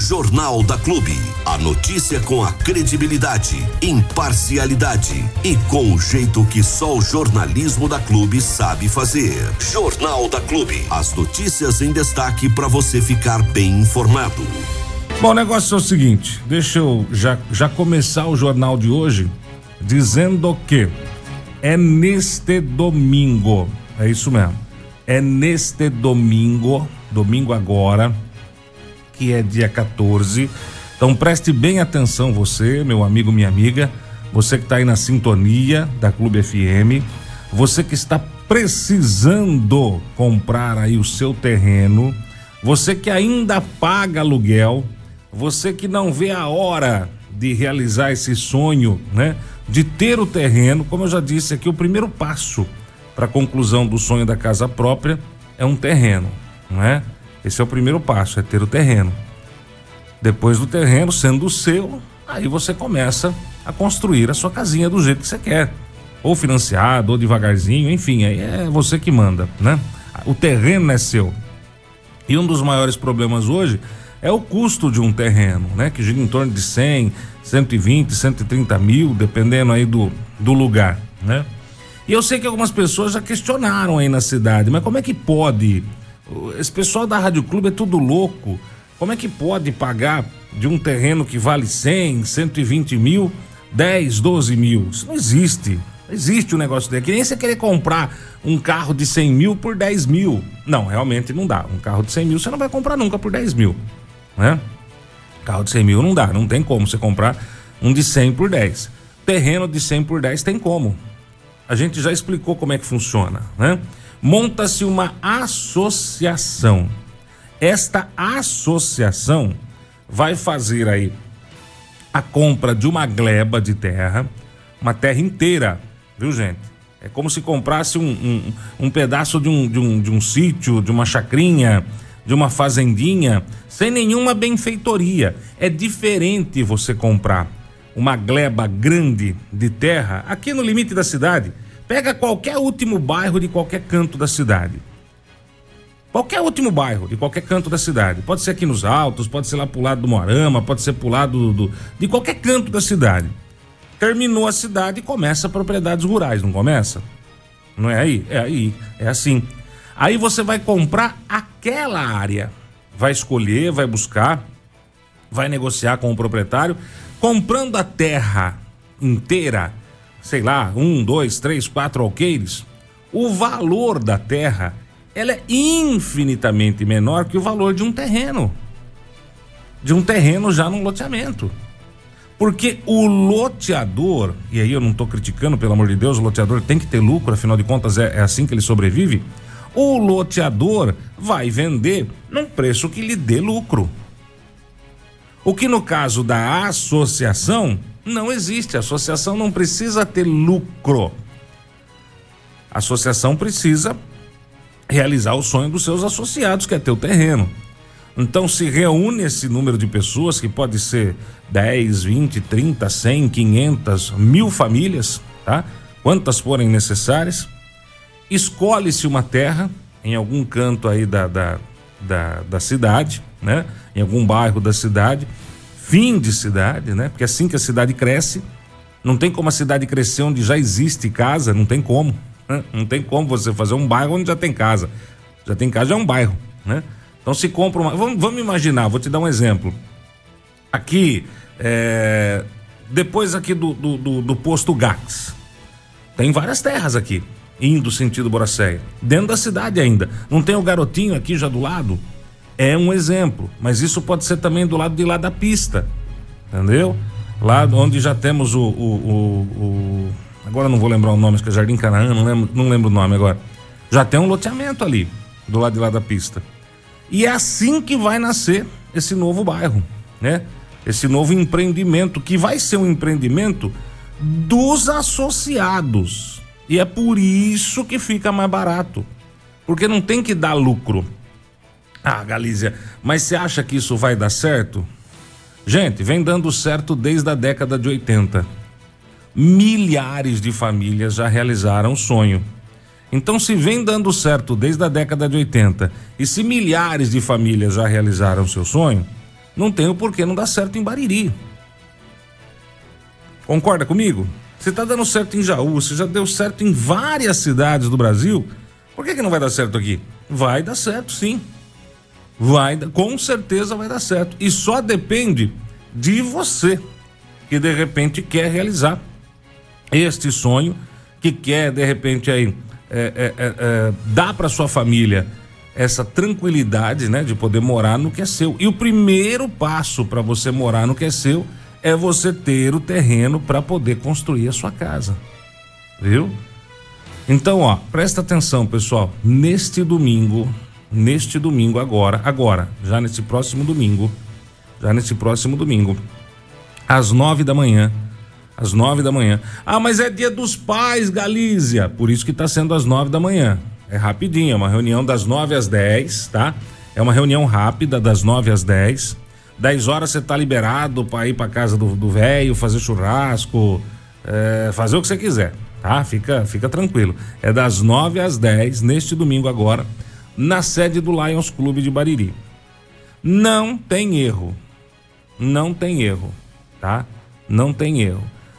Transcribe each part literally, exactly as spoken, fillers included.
Jornal da Clube. A notícia com a credibilidade, imparcialidade e com o jeito que só o jornalismo da Clube sabe fazer. Jornal da Clube. As notícias em destaque para você ficar bem informado. Bom, o negócio é o seguinte, deixa eu já, já começar o jornal de hoje dizendo que é neste domingo, é isso mesmo, é neste domingo, domingo agora, que é dia quatorze. Então preste bem atenção você, meu amigo, minha amiga, você que está aí na sintonia da Clube F M, você que está precisando comprar aí o seu terreno, você que ainda paga aluguel, você que não vê a hora de realizar esse sonho, né? De ter o terreno. Como eu já disse aqui, o primeiro passo para a conclusão do sonho da casa própria é um terreno, não é? Esse é o primeiro passo, é ter o terreno. Depois do terreno sendo o seu, aí você começa a construir a sua casinha do jeito que você quer. Ou financiado, ou devagarzinho, enfim, aí é você que manda, né? O terreno é seu. E um dos maiores problemas hoje é o custo de um terreno, né? Que gira em torno de cem, cento e vinte, cento e trinta mil, dependendo aí do, do lugar, né? E eu sei que algumas pessoas já questionaram aí na cidade, mas como é que pode? Esse pessoal da Rádio Clube é tudo louco. Como é que pode pagar de um terreno que vale cem, cento e vinte mil, dez, doze mil? Isso não existe. Não existe um negócio desse. Que nem você querer comprar um carro de cem mil por dez mil. Não, realmente não dá. Um carro de cem mil você não vai comprar nunca por dez mil, né? Carro de cem mil não dá. Não tem como você comprar um de cem por dez. Terreno de cem por dez tem como. A gente já explicou como é que funciona, né? Monta-se uma associação. Esta associação vai fazer aí a compra de uma gleba de terra, uma terra inteira, viu, gente? É como se comprasse um, um, um pedaço de um, de, um, de um sítio, de uma chacrinha, de uma fazendinha, sem nenhuma benfeitoria. É diferente você comprar uma gleba grande de terra aqui no limite da cidade. Pega qualquer último bairro de qualquer canto da cidade. Qualquer último bairro de qualquer canto da cidade. Pode ser aqui nos Altos, pode ser lá pro lado do Moarama, pode ser pro lado do, de qualquer canto da cidade. Terminou a cidade e começa propriedades rurais, não começa? Não é aí? É aí, é assim. Aí você vai comprar aquela área, vai escolher, vai buscar, vai negociar com o proprietário, comprando a terra inteira, sei lá, um, dois, três, quatro alqueires, o valor da terra, ela é infinitamente menor que o valor de um terreno, de um terreno já num loteamento. Porque o loteador, e aí eu não estou criticando, pelo amor de Deus, o loteador tem que ter lucro, afinal de contas é, é assim que ele sobrevive. O loteador vai vender num preço que lhe dê lucro. O que no caso da associação não existe. A associação não precisa ter lucro. A associação precisa realizar o sonho dos seus associados, que é ter o terreno. Então se reúne esse número de pessoas, que pode ser dez, vinte, trinta, cem, quinhentas, mil famílias, tá? Quantas forem necessárias. Escolhe-se uma terra em algum canto aí da, da, da, da cidade, né? Em algum bairro da cidade, fim de cidade, né? Porque assim que a cidade cresce, não tem como a cidade crescer onde já existe casa, não tem como, né? Não tem como você fazer um bairro onde já tem casa. Já tem casa, já é um bairro, né? Então se compra uma... Vamos, vamos imaginar, vou te dar um exemplo. Aqui, é, depois aqui do, do, do, do posto Gax, tem várias terras aqui, indo sentido Boracéia, dentro da cidade ainda. Não tem o Garotinho aqui já do lado? É um exemplo, mas isso pode ser também do lado de lá da pista, entendeu? Lá onde já temos o, o, o, o agora não vou lembrar o nome, acho que é Jardim Canaã, não lembro, não lembro o nome agora. Já tem um loteamento ali, do lado de lá da pista. E é assim que vai nascer esse novo bairro, né? Esse novo empreendimento, que vai ser um empreendimento dos associados. E é por isso que fica mais barato. Porque não tem que dar lucro. Ah, Galícia, mas você acha que isso vai dar certo? Gente, vem dando certo desde a década de oitenta. Milhares de famílias já realizaram o sonho. Então, se vem dando certo desde a década de oitenta e se milhares de famílias já realizaram seu sonho, não tem o porquê não dar certo em Bariri. Concorda comigo? Você tá dando certo em Jaú, você já deu certo em várias cidades do Brasil, por que que não vai dar certo aqui? Vai dar certo, sim. Vai, com certeza vai dar certo. E só depende de você, que de repente quer realizar este sonho, que quer de repente aí é, é, é, é, dar para sua família essa tranquilidade, né, de poder morar no que é seu. E o primeiro passo para você morar no que é seu é você ter o terreno para poder construir a sua casa, viu? Então, ó, presta atenção, pessoal. Neste domingo, neste domingo agora, agora, já nesse próximo domingo, já nesse próximo domingo, às nove da manhã, às nove da manhã. Ah, mas é dia dos pais, Galícia. Por isso que tá sendo às nove da manhã. É rapidinho, é uma reunião das nove às dez, tá? É uma reunião rápida das nove às dez. dez horas você tá liberado para ir para casa do velho, fazer churrasco, é, fazer o que você quiser, tá? Fica, fica tranquilo. É das nove às dez, neste domingo agora, na sede do Lions Clube de Bariri. Não tem erro. Não tem erro, tá? Não tem erro.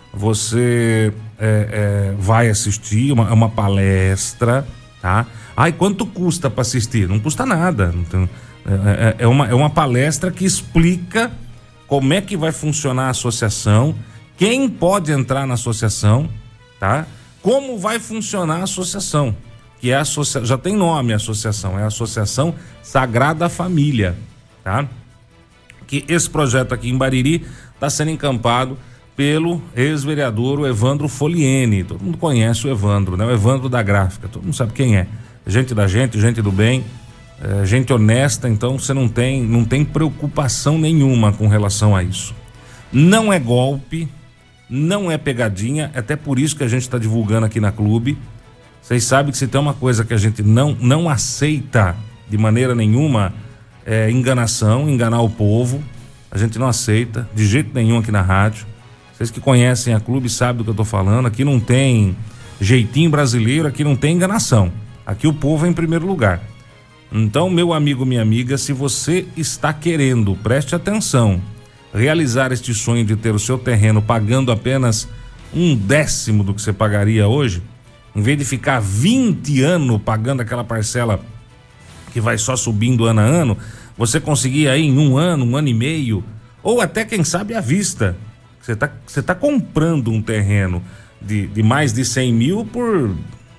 Você é, é, vai assistir uma, uma palestra, tá? Ai, quanto custa para assistir? Não custa nada. Então, é, é, uma, é uma palestra que explica como é que vai funcionar a associação, quem pode entrar na associação, tá? Como vai funcionar a associação, que é a associa... já tem nome a associação, é a Associação Sagrada Família, tá? Que esse projeto aqui em Bariri está sendo encampado pelo ex-vereador o Evandro Foliene. Todo mundo conhece o Evandro, né? O Evandro da Gráfica, todo mundo sabe quem é. Gente da gente, gente do bem, é, gente honesta, então você não tem, não tem preocupação nenhuma com relação a isso. Não é golpe, não é pegadinha, até por isso que a gente está divulgando aqui na Clube. Vocês sabem que se tem uma coisa que a gente não, não aceita de maneira nenhuma, é enganação, enganar o povo. A gente não aceita de jeito nenhum aqui na rádio. Vocês que conhecem a Clube sabem do que eu tô falando. Aqui não tem jeitinho brasileiro, aqui não tem enganação. Aqui o povo é em primeiro lugar. Então, meu amigo, minha amiga, se você está querendo, preste atenção, realizar este sonho de ter o seu terreno pagando apenas um décimo do que você pagaria hoje, em vez de ficar vinte anos pagando aquela parcela que vai só subindo ano a ano, você conseguir aí em um ano, um ano e meio, ou até quem sabe à vista. Você tá, você tá comprando um terreno de, de mais de cem mil por,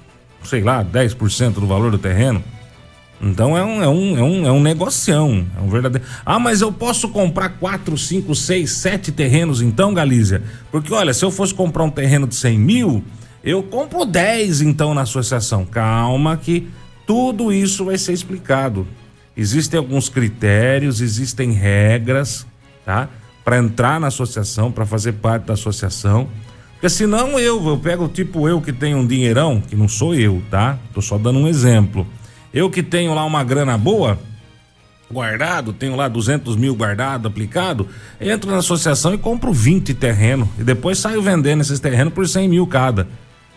sei lá, dez por cento do valor do terreno. Então é um, é um, é um, é um negocião, é um verdadeiro. Ah, mas eu posso comprar quatro, cinco, seis, sete terrenos então, Galícia? Porque olha, se eu fosse comprar um terreno de cem mil, eu compro dez então na associação. Calma que tudo isso vai ser explicado. Existem alguns critérios, existem regras, tá? Para entrar na associação, para fazer parte da associação. Porque senão eu, eu pego tipo eu que tenho um dinheirão, que não sou eu, tá? Tô só dando um exemplo. Eu que tenho lá uma grana boa, guardado, tenho lá duzentos mil guardado, aplicado, entro na associação e compro vinte terrenos. E depois saio vendendo esses terrenos por cem mil cada.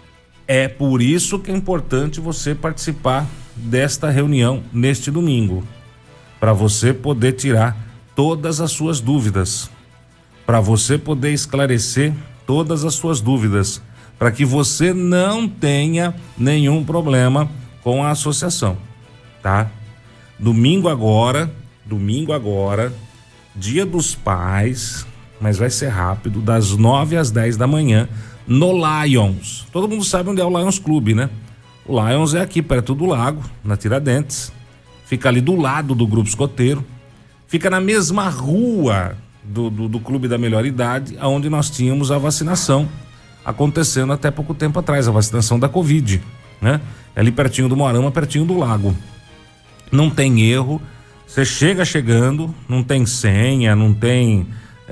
É por isso que é importante você participar desta reunião neste domingo, para você poder tirar todas as suas dúvidas, para você poder esclarecer todas as suas dúvidas, para que você não tenha nenhum problema com a associação, tá? Domingo agora, domingo agora, Dia dos Pais, mas vai ser rápido, das nove às dez da manhã, no Lions. Todo mundo sabe onde é o Lions Clube, né? O Lions é aqui perto do lago, na Tiradentes, fica ali do lado do Grupo Escoteiro, fica na mesma rua do, do, do Clube da Melhor Idade, onde nós tínhamos a vacinação acontecendo até pouco tempo atrás, a vacinação da Covid, né? É ali pertinho do Moarama, pertinho do lago. Não tem erro, você chega chegando, não tem senha, não tem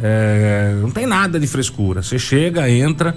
é, não tem nada de frescura. Você chega, entra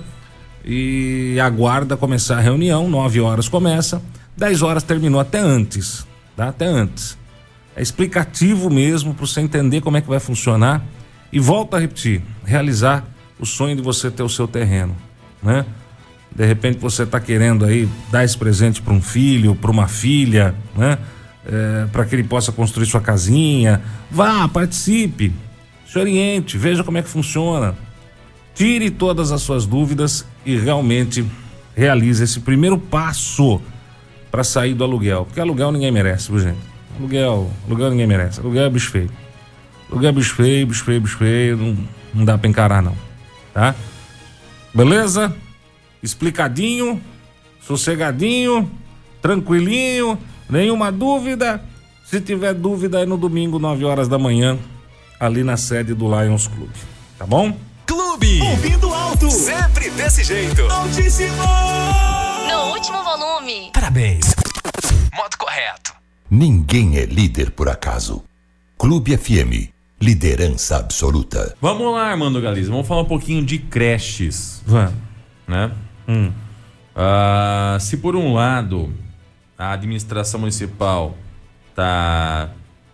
e aguarda começar a reunião. Nove horas começa, dez horas terminou, até antes, tá? Até antes. É explicativo mesmo para você entender como é que vai funcionar. E volto a repetir, realizar o sonho de você ter o seu terreno, né? De repente você está querendo aí dar esse presente para um filho, para uma filha, né? É, para que ele possa construir sua casinha. Vá, participe. se oriente, veja como é que funciona. Tire todas as suas dúvidas e realmente realize esse primeiro passo para sair do aluguel. Porque aluguel ninguém merece, viu, gente? Aluguel, aluguel ninguém merece. Aluguel é bicho feio. Aluguel é bicho feio, bicho feio, bicho feio. Não, não dá para encarar, não. Tá? Beleza? Explicadinho, sossegadinho, tranquilinho, nenhuma dúvida. Se tiver dúvida, é no domingo, nove horas da manhã, ali na sede do Lions Clube. Tá bom? Clube, ouvindo alto, sempre desse jeito. Altíssimo! No último volume. Parabéns. Modo correto. Ninguém é líder por acaso. Clube F M, liderança absoluta. Vamos lá, Armando Galiza, vamos falar um pouquinho de creches. Vamos. Né? Hum. Ah, se por um lado a administração municipal tá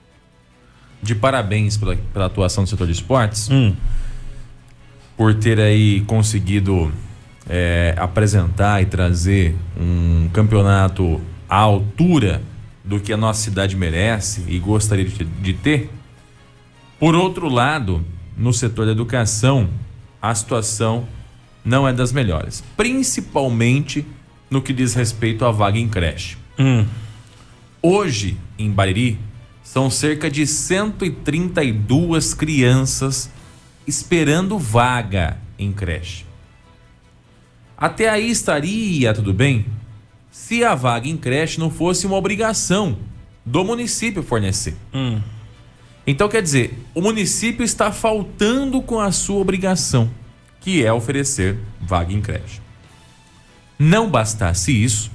de parabéns pela, pela atuação do setor de esportes, Hum. por ter aí conseguido é, apresentar e trazer um campeonato à altura do que a nossa cidade merece e gostaria de, de ter. Por outro lado, no setor da educação, a situação não é das melhores, principalmente no que diz respeito à vaga em creche. Hum. Hoje, em Bariri, são cerca de cento e trinta e duas crianças esperando vaga em creche. Até aí estaria tudo bem se a vaga em creche não fosse uma obrigação do município fornecer. Hum. Então, quer dizer, o município está faltando com a sua obrigação, que é oferecer vaga em creche. Não bastasse isso,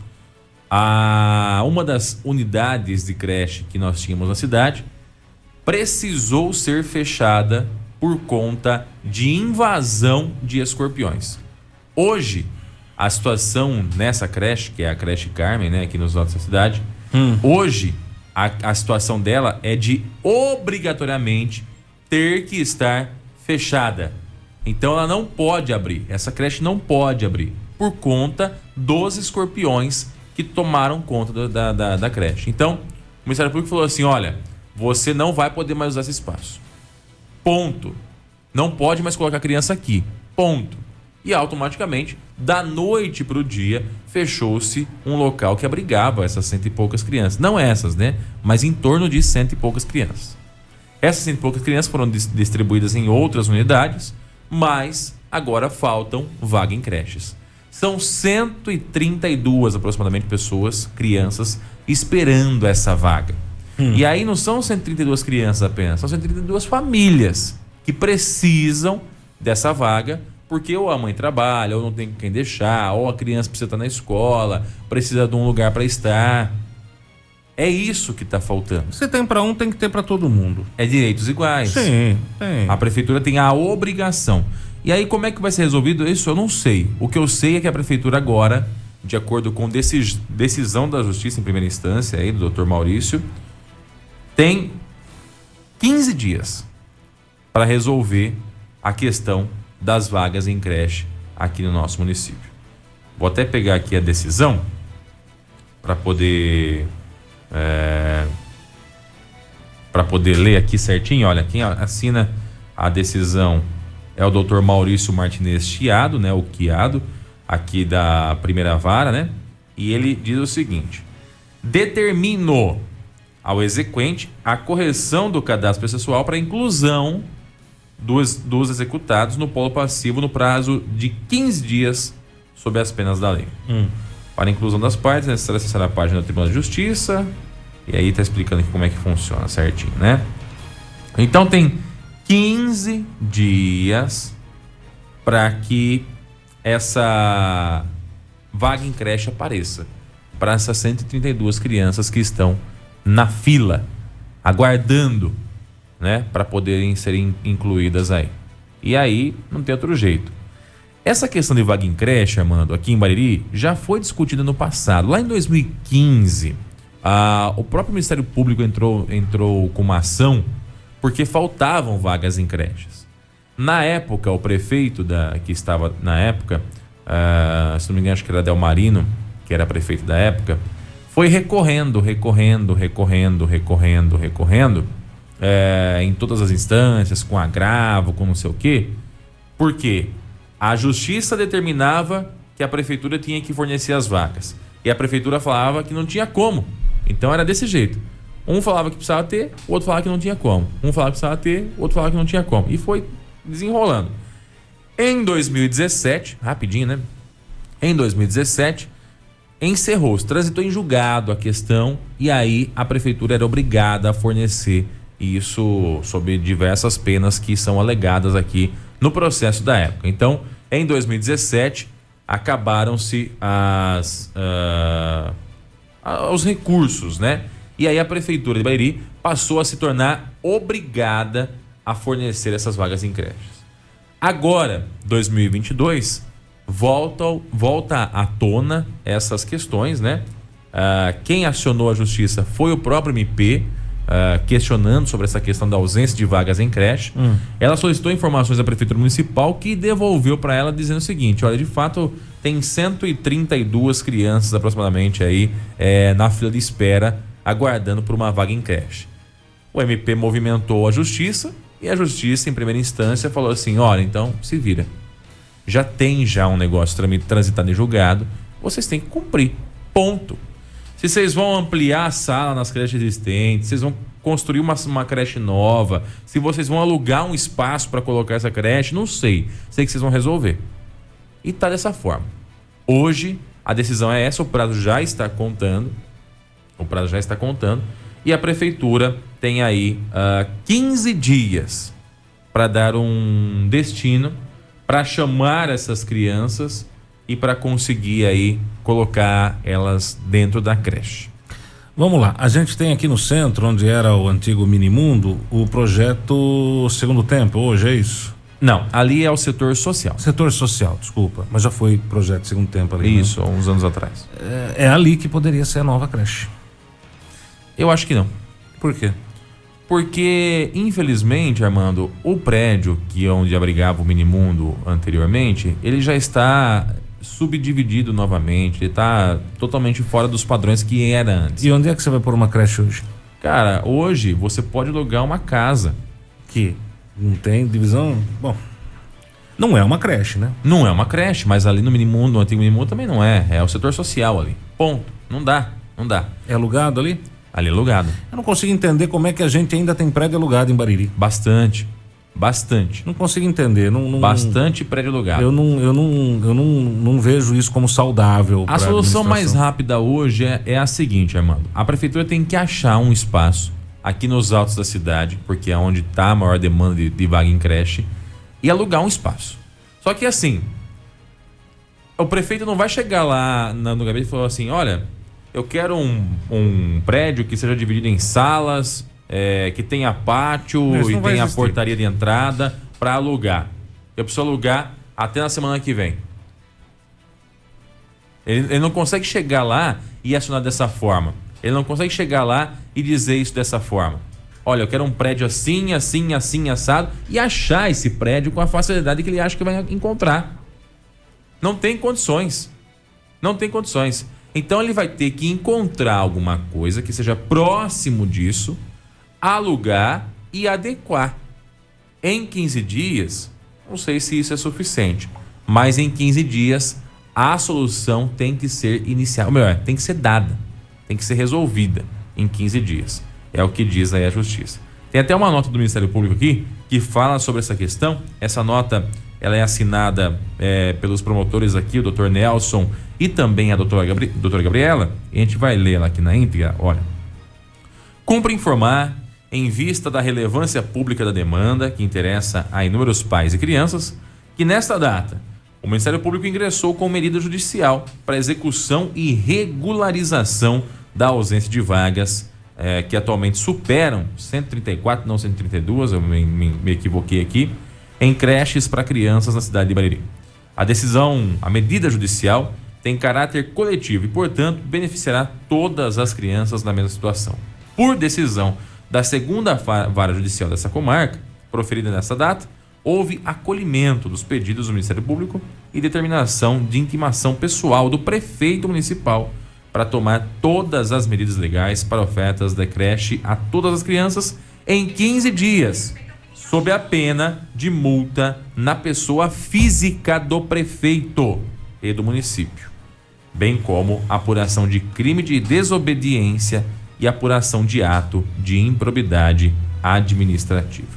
a uma das unidades de creche que nós tínhamos na cidade precisou ser fechada por conta de invasão de escorpiões. Hoje, a situação nessa creche, que é a creche Carmen, né, aqui nos nossa cidade, Hum. hoje a, a situação dela é de obrigatoriamente ter que estar fechada. Então ela não pode abrir, essa creche não pode abrir, por conta dos escorpiões que tomaram conta do, da, da, da creche. Então, o Ministério Público falou assim, olha, você não vai poder mais usar esse espaço. Ponto. Não pode mais colocar a criança aqui. Ponto. E automaticamente, da noite para o dia, fechou-se um local que abrigava essas cento e poucas crianças. Não essas, né? Mas em torno de cento e poucas crianças. Essas cento e poucas crianças foram dis- distribuídas em outras unidades, mas agora faltam vaga em creches. São cento e trinta e duas aproximadamente pessoas, crianças, esperando essa vaga. Hum. E aí não são cento e trinta e duas crianças apenas, são cento e trinta e duas famílias que precisam dessa vaga, porque ou a mãe trabalha, ou não tem quem deixar, ou a criança precisa estar na escola, precisa de um lugar para estar. É isso que está faltando. Se tem para um, tem que ter para todo mundo. É direitos iguais. Sim, tem. A prefeitura tem a obrigação. E aí, como é que vai ser resolvido isso? Eu não sei. O que eu sei é que a prefeitura agora, de acordo com decis- decisão da justiça em primeira instância aí, do doutor Maurício, tem quinze dias para resolver a questão das vagas em creche aqui no nosso município. Vou até pegar aqui a decisão para poder é, para poder ler aqui certinho. Olha, quem assina a decisão é o doutor Maurício Martinez Chiado, né, o Chiado, aqui da primeira vara, né? E ele diz o seguinte: determinou ao exequente a correção do cadastro processual para inclusão dos, dos executados no polo passivo no prazo de quinze dias sob as penas da lei. Hum. Para a inclusão das partes, é necessário acessar a página do Tribunal de Justiça, e aí tá explicando aqui como é que funciona certinho, né? Então tem quinze dias para que essa vaga em creche apareça para essas cento e trinta e duas crianças que estão na fila, aguardando, né, para poderem serem incluídas aí. E aí não tem outro jeito. Essa questão de vaga em creche, Armando, aqui em Bariri, já foi discutida no passado. Lá em dois mil e quinze, ah, o próprio Ministério Público entrou, entrou com uma ação porque faltavam vagas em creches. Na época, o prefeito da, que estava na época, ah, se não me engano, acho que era Delmarino, que era prefeito da época, foi recorrendo, recorrendo, recorrendo, recorrendo, recorrendo, é, em todas as instâncias, com agravo, com não sei o quê. Por quê? A justiça determinava que a prefeitura tinha que fornecer as vagas. E a prefeitura falava que não tinha como. Então era desse jeito. Um falava que precisava ter, o outro falava que não tinha como. Um falava que precisava ter, o outro falava que não tinha como. E foi desenrolando. Em dois mil e dezessete, rapidinho, né? Em dois mil e dezessete, encerrou-se, transitou em julgado a questão, e aí a prefeitura era obrigada a fornecer isso sob diversas penas que são alegadas aqui no processo da época. Então, em dois mil e dezessete, acabaram-se as, uh, os recursos, né? E aí a prefeitura de Bariri passou a se tornar obrigada a fornecer essas vagas em creches. Agora, dois mil e vinte e dois, volta, volta à tona essas questões, né? Uh, quem acionou a justiça foi o próprio M P, uh, questionando sobre essa questão da ausência de vagas em creche. Hum. Ela solicitou informações da Prefeitura Municipal, que devolveu para ela dizendo o seguinte: olha, de fato tem cento e trinta e duas crianças aproximadamente aí é, na fila de espera, aguardando por uma vaga em creche. O M P movimentou a justiça e a justiça, em primeira instância, falou assim: olha, então se vira. Já tem já um negócio transitado em julgado, vocês têm que cumprir. Ponto. Se vocês vão ampliar a sala nas creches existentes, vocês vão construir uma, uma creche nova, se vocês vão alugar um espaço para colocar essa creche, não sei. Sei que vocês vão resolver. E tá dessa forma. Hoje, a decisão é essa, o prazo já está contando. O prazo já está contando. E a prefeitura tem aí uh, quinze dias para dar um destino, para chamar essas crianças e para conseguir aí colocar elas dentro da creche. Vamos lá, a gente tem aqui no centro, onde era o antigo Minimundo, o projeto Segundo Tempo, hoje é isso? Não, ali é o setor social. Setor social, desculpa, mas já foi projeto Segundo Tempo ali. Isso, há uns anos atrás. É, é ali que poderia ser a nova creche. Eu acho que não. Por quê? Porque, infelizmente, Armando, o prédio que é onde abrigava o Minimundo anteriormente, ele já está subdividido novamente, ele está totalmente fora dos padrões que era antes. E onde é que você vai pôr uma creche hoje? Cara, hoje você pode alugar uma casa. Que não tem divisão? Bom, não é uma creche, né? Não é uma creche, mas ali no Minimundo, no antigo Minimundo também não é. É o setor social ali. Ponto. Não dá, não dá. É alugado ali? Ali alugado. Eu não consigo entender como é que a gente ainda tem prédio alugado em Bariri. Bastante. Bastante. Não consigo entender. Não, não, Bastante prédio alugado. Eu não, eu não, eu não, não vejo isso como saudável. A solução mais rápida hoje é, é a seguinte, Armando. A prefeitura tem que achar um espaço aqui nos altos da cidade, porque é onde está a maior demanda de, de vaga em creche, e alugar um espaço. Só que assim, o prefeito não vai chegar lá no gabinete e falar assim: olha, eu quero um, um prédio que seja dividido em salas, é, que tenha pátio e tenha portaria de entrada para alugar. Eu preciso alugar até na semana que vem. Ele, ele não consegue chegar lá e acionar dessa forma. Ele não consegue chegar lá e dizer isso dessa forma. Olha, eu quero um prédio assim, assim, assim, assado, e achar esse prédio com a facilidade que ele acha que vai encontrar. Não tem condições. Não tem condições. Então ele vai ter que encontrar alguma coisa que seja próximo disso, alugar e adequar. Em quinze dias, não sei se isso é suficiente, mas em quinze dias a solução tem que ser iniciada, ou melhor, tem que ser dada, tem que ser resolvida em quinze dias. É o que diz aí a justiça. Tem até uma nota do Ministério Público aqui que fala sobre essa questão. Essa nota, ela é assinada é, pelos promotores aqui, o doutor Nelson e também a doutora, Gabri, doutora Gabriela. E a gente vai ler ela aqui na íntegra. Olha, cumpre informar, em vista da relevância pública da demanda que interessa a inúmeros pais e crianças, que nesta data o Ministério Público ingressou com medida judicial para execução e regularização da ausência de vagas é, que atualmente superam cento e trinta e quatro, não cento e trinta e dois, eu me, me, me equivoquei aqui, em creches para crianças na cidade de Bariri. A decisão, a medida judicial tem caráter coletivo e, portanto, beneficiará todas as crianças na mesma situação. Por decisão da segunda vara judicial dessa comarca, proferida nessa data, houve acolhimento dos pedidos do Ministério Público e determinação de intimação pessoal do prefeito municipal para tomar todas as medidas legais para ofertas da creche a todas as crianças em quinze dias, sob a pena de multa na pessoa física do prefeito e do município, bem como apuração de crime de desobediência e apuração de ato de improbidade administrativa.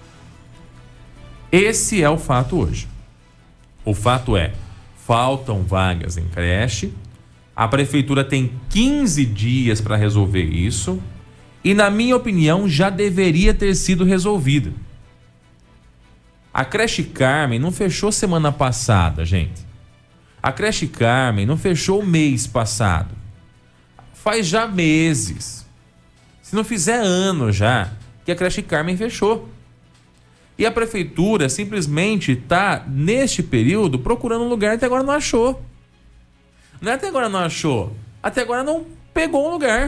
Esse é o fato hoje. O fato é, faltam vagas em creche, a prefeitura tem quinze dias para resolver isso e, na minha opinião, já deveria ter sido resolvido. A creche Carmen não fechou semana passada, gente. A creche Carmen não fechou o mês passado. Faz já meses. Se não fizer ano já, que a creche Carmen fechou. E a prefeitura simplesmente está, neste período, procurando um lugar e até agora não achou. Não é até agora não achou. Até agora não pegou um lugar.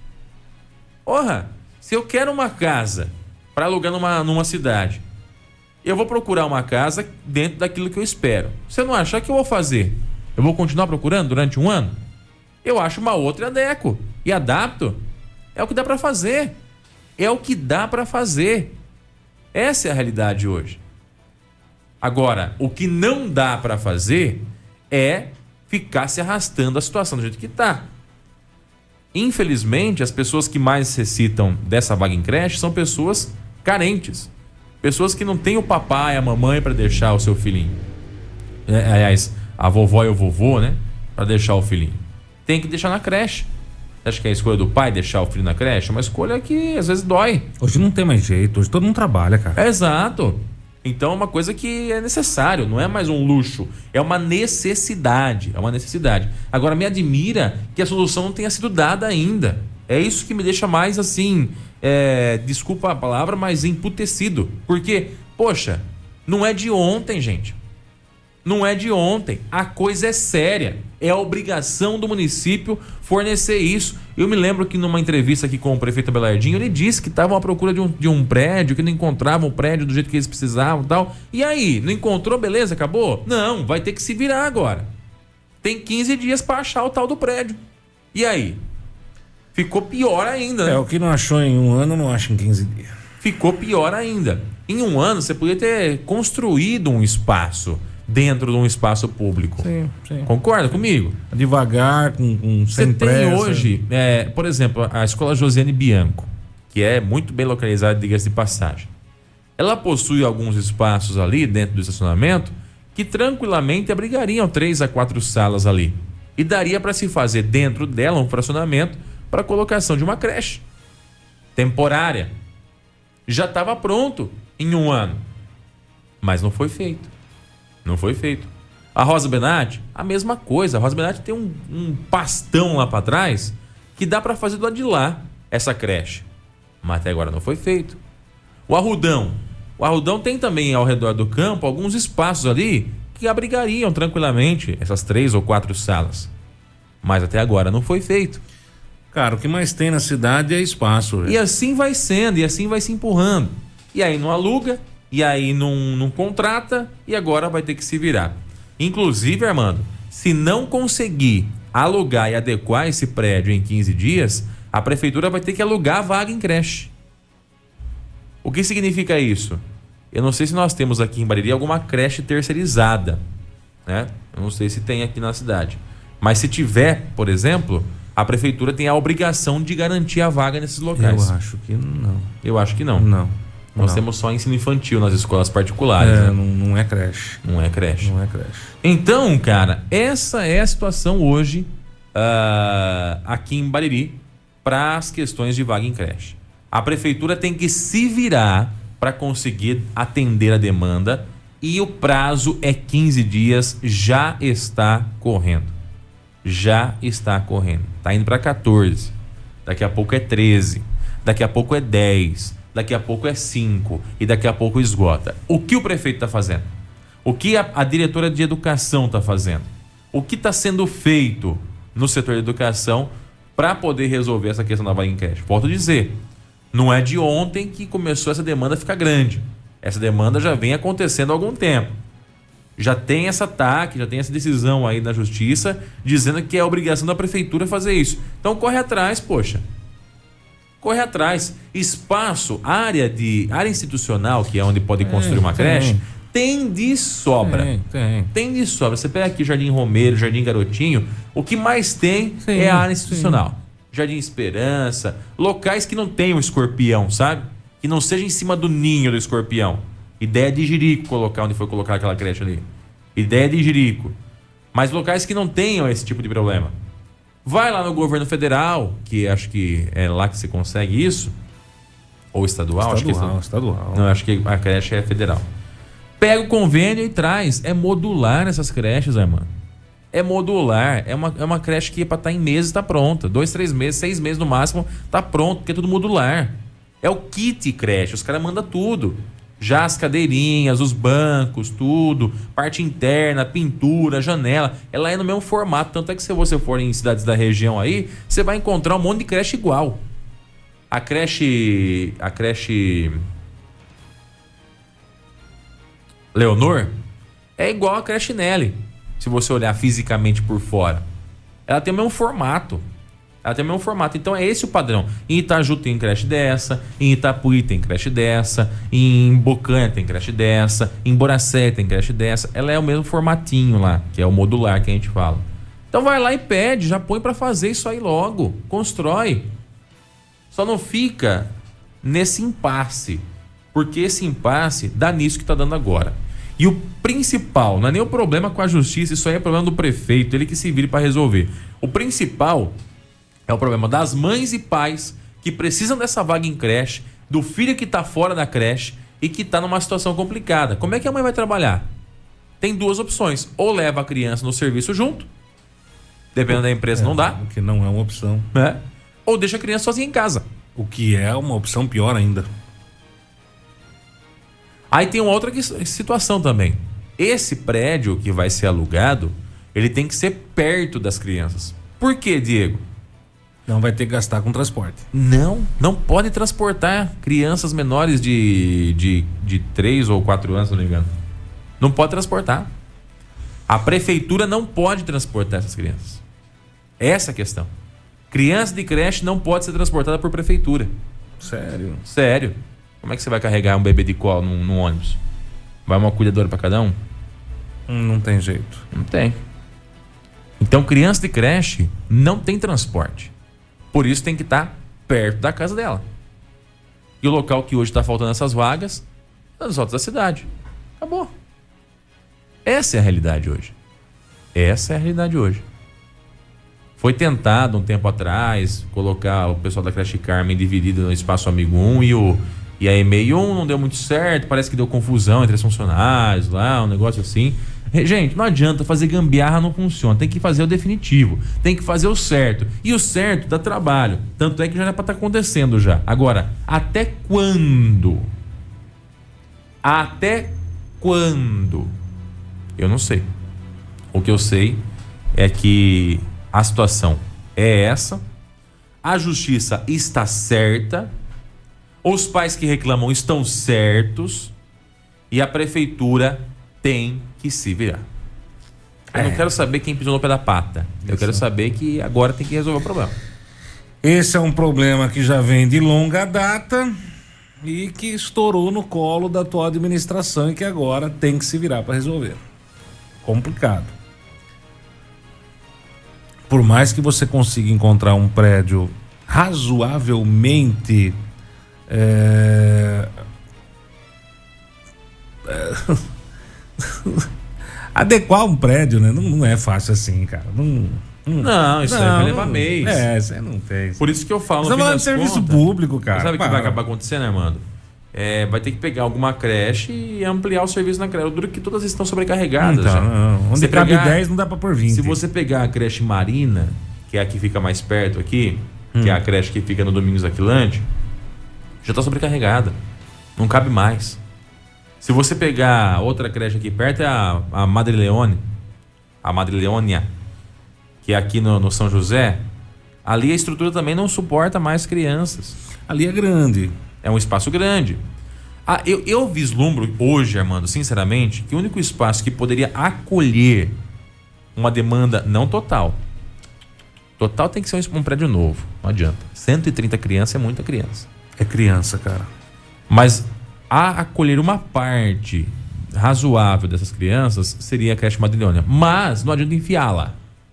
Porra, se eu quero uma casa para alugar numa, numa cidade, eu vou procurar uma casa dentro daquilo que eu espero. Se eu não achar, o que eu vou fazer? Eu vou continuar procurando durante um ano? Eu acho uma outra e adequo. E adapto. É o que dá para fazer. É o que dá para fazer. Essa é a realidade hoje. Agora, o que não dá para fazer é ficar se arrastando a situação do jeito que está. Infelizmente, as pessoas que mais necessitam dessa vaga em creche são pessoas carentes. Pessoas que não têm o papai e a mamãe para deixar o seu filhinho. É, aliás, a vovó e o vovô, né? Para deixar o filhinho. Tem que deixar na creche. Acho que é a escolha do pai deixar o filho na creche é uma escolha que às vezes dói. Hoje não tem mais jeito, hoje todo mundo trabalha, cara. É, exato. Então é uma coisa que é necessário, não é mais um luxo, é uma necessidade, é uma necessidade. Agora, me admira que a solução não tenha sido dada ainda. É isso que me deixa mais assim, é, desculpa a palavra, mas emputecido. Porque, poxa, não é de ontem, gente. Não é de ontem. A coisa é séria. É a obrigação do município fornecer isso. Eu me lembro que numa entrevista aqui com o prefeito Abelardinho, ele disse que estavam à procura de um, de um prédio, que não encontravam o prédio do jeito que eles precisavam e tal. E aí, não encontrou? Beleza, acabou? Não, vai ter que se virar agora. Tem quinze dias para achar o tal do prédio. E aí? Ficou pior ainda, né? É, o que não achou em um ano, não acha em quinze dias. Ficou pior ainda. Em um ano, você podia ter construído um espaço dentro de um espaço público. Sim, sim. Concorda comigo? Devagar, com, com sem Você pressa. tem hoje, é, por exemplo, a escola Josiane Bianco, que é muito bem localizada, diga-se de passagem. Ela possui alguns espaços ali dentro do estacionamento que tranquilamente abrigariam três a quatro salas ali. E daria para se fazer dentro dela um fracionamento para a colocação de uma creche temporária. Já estava pronto em um ano, mas não foi feito. Não foi feito. A Rosa Benatti, a mesma coisa. A Rosa Benatti tem um, um pastão lá para trás que dá para fazer do lado de lá essa creche. Mas até agora não foi feito. O Arrudão. O Arrudão tem também ao redor do campo alguns espaços ali que abrigariam tranquilamente essas três ou quatro salas. Mas até agora não foi feito. Cara, o que mais tem na cidade é espaço. Véio. E assim vai sendo, e assim vai se empurrando. E aí não aluga, e aí não, não contrata, e agora vai ter que se virar. Inclusive, Armando, se não conseguir alugar e adequar esse prédio em quinze dias, a prefeitura vai ter que alugar a vaga em creche. O que significa isso? Eu não sei se nós temos aqui em Bariri alguma creche terceirizada, né? Eu não sei se tem aqui na cidade. Mas se tiver, por exemplo, a prefeitura tem a obrigação de garantir a vaga nesses locais. Eu acho que não. Eu acho que não. Não. Nós não. temos só ensino infantil nas escolas particulares. É, né? não, não é creche. Não é creche. Não é creche. Então, cara, essa é a situação hoje uh, aqui em Bariri para as questões de vaga em creche. A prefeitura tem que se virar para conseguir atender a demanda e o prazo é quinze dias, já está correndo. Já está correndo. Está indo para quatorze. Daqui a pouco é treze. Daqui a pouco é dez. Daqui a pouco é cinco. E daqui a pouco esgota. O que o prefeito está fazendo? O que a, a diretora de educação está fazendo? O que está sendo feito no setor de educação para poder resolver essa questão da vaga em creche? Volto a dizer, não é de ontem que começou essa demanda a ficar grande. Essa demanda já vem acontecendo há algum tempo. Já tem essa T A C, já tem essa decisão aí da justiça dizendo que é obrigação da prefeitura fazer isso. Então corre atrás, poxa. correr atrás. Espaço, área de área institucional, que é onde pode tem, construir uma tem. creche, tem de sobra. Tem, tem. Tem de sobra. Você pega aqui Jardim Romero, Jardim Garotinho, o que mais tem Sim, é a área institucional. sim. Jardim Esperança, locais que não tenham escorpião, sabe? Que não seja em cima do ninho do escorpião. Ideia de Jerico colocar onde foi colocar aquela creche ali. Ideia de Jerico. Mas locais que não tenham esse tipo de problema. Vai lá no governo federal, que acho que é lá que você consegue isso. Ou estadual, acho que Estadual, é estadual. Não, acho que a creche é federal. Pega o convênio e traz. É modular essas creches, Armando. É modular. É uma, é uma creche que é pra estar em meses, tá pronta. Dois, três meses, seis meses no máximo, tá pronto, porque é tudo modular. É o kit creche, os caras mandam tudo. Já as cadeirinhas, os bancos, tudo, parte interna, pintura, janela, ela é no mesmo formato. Tanto é que se você for em cidades da região aí, você vai encontrar um monte de creche igual. A creche... A creche... Leonor é igual a creche Nelly, se você olhar fisicamente por fora. Ela tem o mesmo formato. Ela tem o mesmo formato. Então é esse o padrão. Em Itaju tem creche dessa, em Itapuí tem creche dessa, em Bocanha tem creche dessa, em Boracé tem creche dessa. Ela é o mesmo formatinho lá, que é o modular que a gente fala. Então vai lá e pede, já põe pra fazer isso aí logo. Constrói. Só não fica nesse impasse, porque esse impasse dá nisso que tá dando agora. E o principal, não é nem o problema com a justiça, isso aí é problema do prefeito, ele que se vire para resolver. O principal é o problema das mães e pais que precisam dessa vaga em creche, do filho que tá fora da creche e que tá numa situação complicada. Como é que a mãe vai trabalhar? Tem duas opções, ou leva a criança no serviço junto, dependendo da empresa, É, não dá, o que não é uma opção. né? Ou deixa a criança sozinha em casa. O que é uma opção pior ainda. Aí tem uma outra situação também. Esse prédio que vai ser alugado, ele tem que ser perto das crianças. Por quê, Diego? Não vai ter que gastar com transporte. Não, não pode transportar crianças menores de, de, de três ou quatro anos, se não me engano. Não pode transportar. A prefeitura não pode transportar essas crianças. Essa é a questão. Criança de creche não pode ser transportada por prefeitura. Sério? Sério. Como é que você vai carregar um bebê de colo num, num ônibus? Vai uma cuidadora para cada um? Hum, não tem jeito. Não tem. Então, criança de creche não tem transporte. Por isso tem que estar perto da casa dela. E o local que hoje está faltando essas vagas é nas outras da cidade. Acabou. Essa é a realidade hoje. Essa é a realidade hoje. Foi tentado um tempo atrás colocar o pessoal da creche Carmen dividido no espaço amigo um e o e a E M E I um não deu muito certo, parece que deu confusão entre os funcionários lá, um negócio assim. Gente, não adianta fazer gambiarra, não funciona, tem que fazer o definitivo, tem que fazer o certo, e o certo dá trabalho, tanto é que já era para estar acontecendo já. Agora, até quando? Até quando? Eu não sei. O que eu sei é que a situação é essa, a justiça está certa, os pais que reclamam estão certos e a prefeitura tem que se virar. Eu É. não quero saber quem pisou no pé da pata. Eu Isso. quero saber que agora tem que resolver o problema. Esse é um problema que já vem de longa data e que estourou no colo da atual administração e que agora tem que se virar para resolver. Complicado. Por mais que você consiga encontrar um prédio razoavelmente é, é, adequar um prédio, né? Não, não é fácil assim, cara. Não, não, Não, isso aí vai levar mês. É, você não tem. Por isso que eu falo. Você no tá fim falando das de serviço contas, público, cara. Sabe o que Para. vai acabar acontecendo, Armando? É, vai ter que pegar alguma creche e ampliar o serviço na creche. Duro que todas estão sobrecarregadas. Então, já. não. Onde Você cabe pegar- dez, não dá pra pôr vinte. Se você pegar a creche Marina, que é a que fica mais perto aqui, que é a creche que fica no Domingos Aquilante, já está sobrecarregada. Não cabe mais. Se você pegar outra creche aqui perto, é a, a Madre Leone, a Madre Leônia, que é aqui no, no São José, ali a estrutura também não suporta mais crianças. Ali é grande. É um espaço grande. Ah, eu, eu vislumbro hoje, Armando, sinceramente, que o único espaço que poderia acolher uma demanda não total, Total tem que ser um, um prédio novo, não adianta. cento e trinta crianças é muita criança. É criança, cara. Mas a acolher uma parte razoável dessas crianças seria a creche Madrilhona. Mas não adianta enfiá-la.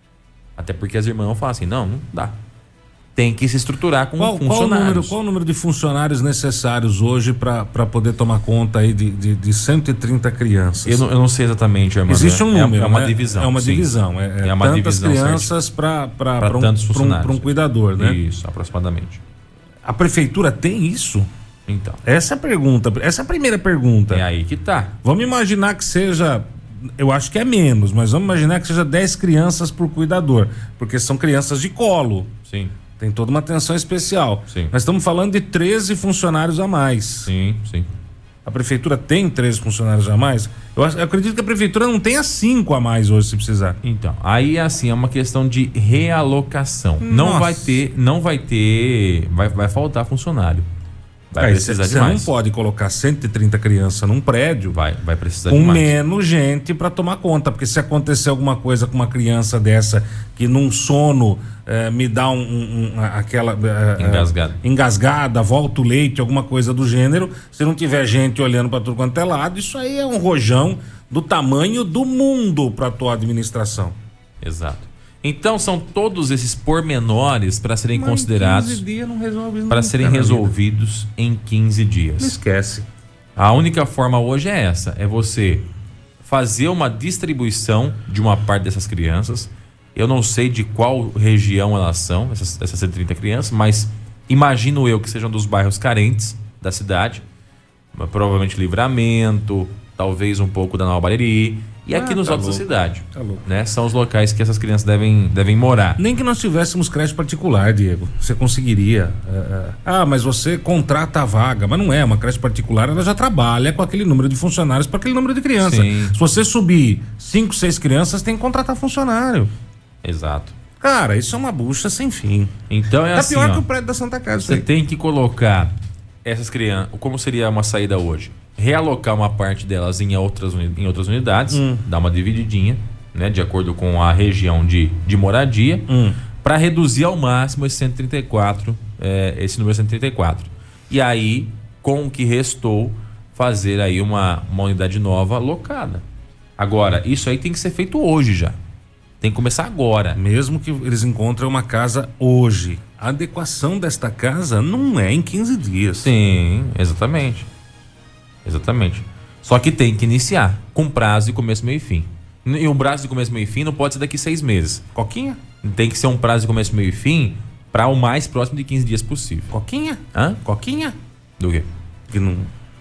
Até porque as irmãs vão falar assim, não, não dá. Tem que se estruturar com qual, funcionários. Qual o, número, qual o número de funcionários necessários hoje para poder tomar conta aí de, de, de cento e trinta crianças? Eu não, eu não sei exatamente, irmão. Existe um número, é, é uma né? divisão. É uma sim. divisão. É, é uma tantas divisão crianças para um, tantos funcionários. Um, um cuidador, né? Isso, aproximadamente. A prefeitura tem isso? Então. Essa é a pergunta. Essa é a primeira pergunta. É aí que tá. Vamos imaginar que seja... Eu acho que é menos, mas vamos imaginar que seja dez crianças por cuidador. Porque são crianças de colo. Sim. Tem toda uma atenção especial. Sim. Nós estamos falando de treze funcionários a mais. Sim, sim. A prefeitura tem treze funcionários a mais? Eu, acho, eu acredito que a prefeitura não tenha cinco a mais hoje, se precisar. Então, aí assim, é uma questão de realocação. Nossa. Não vai ter, não vai ter, vai, vai faltar funcionário. Vai Aí precisar Você de mais. não pode colocar cento e trinta crianças num prédio Vai, vai precisar com de mais. menos gente para tomar conta, porque se acontecer alguma coisa com uma criança dessa que num sono eh, me dá um, um, um, aquela eh, Engasgada. eh, engasgada, volta o leite, alguma coisa do gênero, se não tiver gente olhando para tudo quanto é lado, isso aí é um rojão do tamanho do mundo para a tua administração. Exato. Então são todos esses pormenores para serem Mas considerados, quinze dias não resolve para nunca serem na vida. resolvidos em quinze Não dias. esquece. A única forma hoje é essa, é você fazer uma distribuição de uma parte dessas crianças. Eu não sei de qual região elas são, essas, essas cento e trinta crianças, mas imagino eu que sejam dos bairros carentes da cidade, provavelmente Livramento, talvez um pouco da Nova Bariri, e aqui Ah, nos tá altos da louco. cidade, Tá louco. né? São os locais que essas crianças devem, devem morar. Nem que nós tivéssemos creche particular, Diego. Você conseguiria. é, é. Ah, mas você contrata a vaga. Mas não é, uma creche particular, ela já trabalha com aquele número de funcionários para aquele número de crianças. Sim. Se você subir cinco, seis crianças, tem que contratar funcionário. Exato. Cara, isso é uma bucha sem fim. Então é Tá assim, pior ó, que o prédio da Santa Casa. isso você aí. tem que colocar essas crianças, como seria uma saída hoje? Realocar uma parte delas em outras, uni- em outras unidades, Hum. dar uma divididinha, né, de acordo com a região de, de moradia, Hum. para reduzir ao máximo esse cento e trinta e quatro, é, esse número cento e trinta e quatro. E aí, com o que restou, fazer aí uma, uma unidade nova alocada. Agora, isso aí tem que ser feito hoje já. Tem que começar agora. Mesmo que eles encontrem uma casa hoje. A adequação desta casa não é em quinze dias. Sim, exatamente. Exatamente. Só que tem que iniciar com prazo de começo, meio e fim. E o prazo de começo, meio e fim não pode ser daqui seis meses. Coquinha? Tem que ser um prazo de começo, meio e fim para o mais próximo de quinze dias possível. Coquinha? Hã? Coquinha? Do quê? Que não.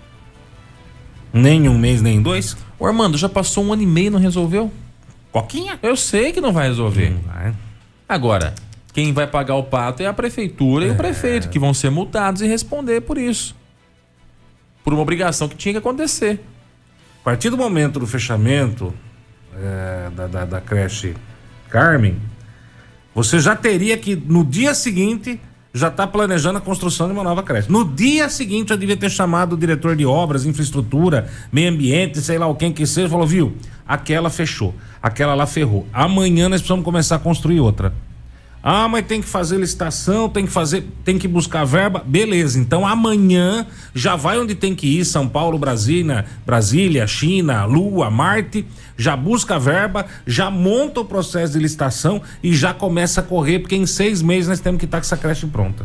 Nem um mês, nem dois? Ô, Armando, já passou um ano e meio e não resolveu? Coquinha? Eu sei que não vai resolver. Não vai. Agora, quem vai pagar o pato é a prefeitura e o prefeito, que vão ser multados e responder por isso. Por uma obrigação que tinha que acontecer. A partir do momento do fechamento é, da, da, da creche Carmen, você já teria que, no dia seguinte, já estar planejando a construção de uma nova creche. No dia seguinte, eu devia ter chamado o diretor de obras, infraestrutura, meio ambiente, sei lá o quem que seja, falou, viu, aquela fechou, aquela lá ferrou. Amanhã nós precisamos começar a construir outra. Ah, mas tem que fazer licitação, tem que fazer, tem que buscar verba. Beleza, então amanhã já vai onde tem que ir, São Paulo, Brasília, Brasília, China, Lua, Marte, já busca a verba, já monta o processo de licitação e já começa a correr, porque em seis meses nós temos que estar com essa creche pronta.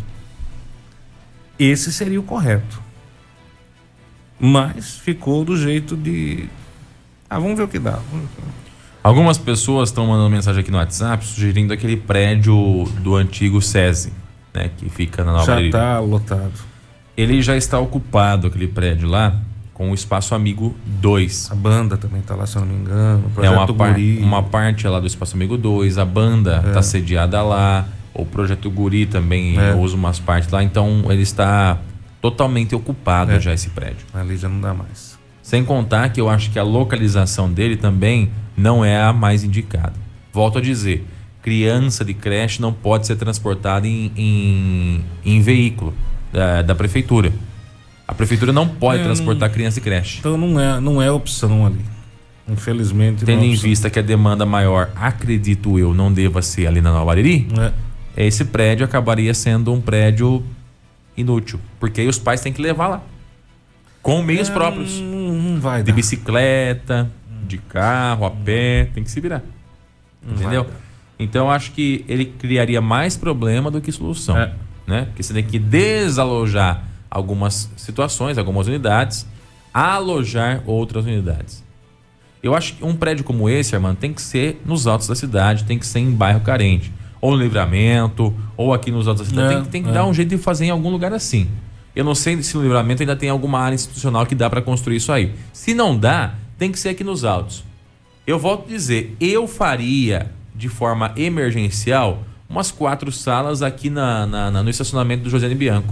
Esse seria o correto. Mas ficou do jeito de... Ah, vamos ver o que dá. Vamos ver o que dá. Algumas pessoas estão mandando mensagem aqui no WhatsApp sugerindo aquele prédio do antigo SESI, né, que fica na Nova Já Bariri. tá lotado. Ele já está ocupado, aquele prédio lá, com o Espaço Amigo dois. A banda também tá lá, se eu não me engano. O É Projeto uma, par- Guri. uma parte lá do Espaço Amigo dois, a banda está sediada lá, o Projeto Guri também É. usa umas partes lá, então ele está totalmente ocupado É. já esse prédio. Ali já não dá mais. Sem contar que eu acho que a localização dele também não é a mais indicada. Volto a dizer, criança de creche não pode ser transportada em, em, em veículo da, da prefeitura. A prefeitura não pode É, transportar criança de creche. Então não é, não é opção ali. Infelizmente. Tendo não é em opção. vista que a demanda maior, acredito eu, não deva ser ali na Nova Bariri, É. esse prédio acabaria sendo um prédio inútil, porque aí os pais têm que levar lá com meios é, próprios, não vai de dar. bicicleta, de carro, a pé, tem que se virar, Não entendeu? vai dar. Então acho que ele criaria mais problema do que solução, É. né? Porque você tem que desalojar algumas situações, algumas unidades, alojar outras unidades. Eu acho que um prédio como esse, Armando, tem que ser nos altos da cidade, tem que ser em bairro carente, ou no Livramento, ou aqui nos altos da cidade. É, tem, tem que é. dar um jeito de fazer em algum lugar assim. Eu não sei se no Livramento ainda tem alguma área institucional que dá para construir isso aí. Se não dá, tem que ser aqui nos altos. Eu volto a dizer, eu faria de forma emergencial umas quatro salas aqui na, na, na- no estacionamento do Josiane Bianco.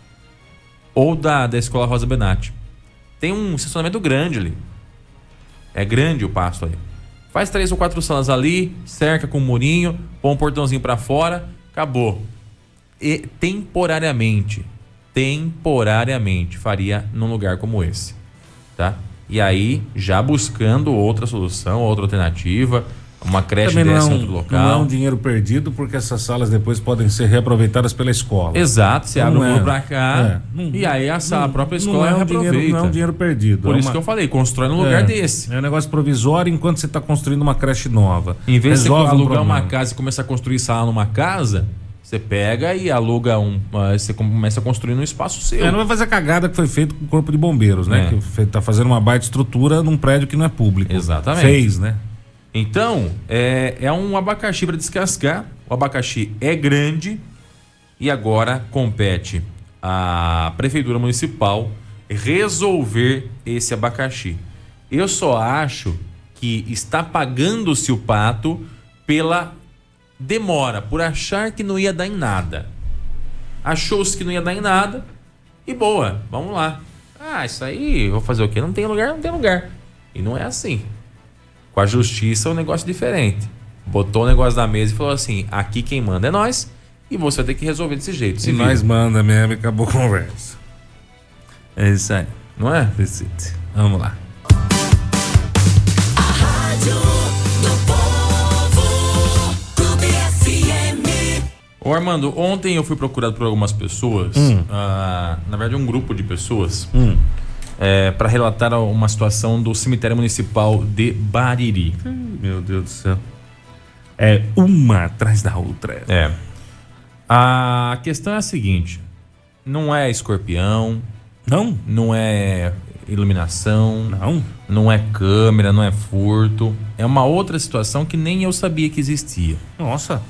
Ou da, da Escola Rosa Benatti. Tem um estacionamento grande ali. É grande o pasto ali. Faz três ou quatro salas ali, cerca com um murinho, põe um portãozinho pra fora, acabou. E temporariamente, temporariamente faria num lugar como esse, tá? E aí, já buscando outra solução, outra alternativa, uma creche Também não é, dessa em um, outro não é local. um dinheiro perdido, porque essas salas depois podem ser reaproveitadas pela escola. Exato, você Não abre o é. muro pra cá, É. Não- e aí a, sa- a própria Não escola é um reaproveita. dinheiro, não é um dinheiro perdido. Por é isso uma- que eu falei, constrói num lugar é, desse. É um negócio provisório enquanto você está construindo uma creche nova. Em vez de você Resolve um alugar uma problema. casa e começar a construir sala numa casa, você pega e aluga um. uh, Você começa a construir num espaço seu. É, não vai fazer a cagada que foi feito com o Corpo de Bombeiros, né? É. Que fe- tá fazendo uma baita estrutura num prédio que não é público. Exatamente. Fez, né? Então, é, é um abacaxi para descascar. O abacaxi é grande e agora compete à Prefeitura Municipal resolver esse abacaxi. Eu só acho que está pagando-se o pato pela demora, por achar que não ia dar em nada. Achou-se que não ia dar em nada e boa, vamos lá. Ah, isso aí, vou fazer o quê? Não tem lugar, não tem lugar. E não é assim. Com a justiça é um negócio diferente. Botou o negócio na mesa e falou assim: aqui quem manda é nós e você vai ter que resolver desse jeito. Se Se vira. nós manda mesmo, acabou a conversa. É isso aí. Não é? Visite. Vamos lá. Ô Armando, ontem eu fui procurado por algumas pessoas, Hum. ah, na verdade um grupo de pessoas, Hum. é, para relatar uma situação do cemitério municipal de Bariri. Meu Deus do céu. É uma atrás da outra. É. A questão é a seguinte: não é escorpião, Não? não é iluminação, Não? não é câmera, não é furto. É uma outra situação que nem eu sabia que existia. Nossa.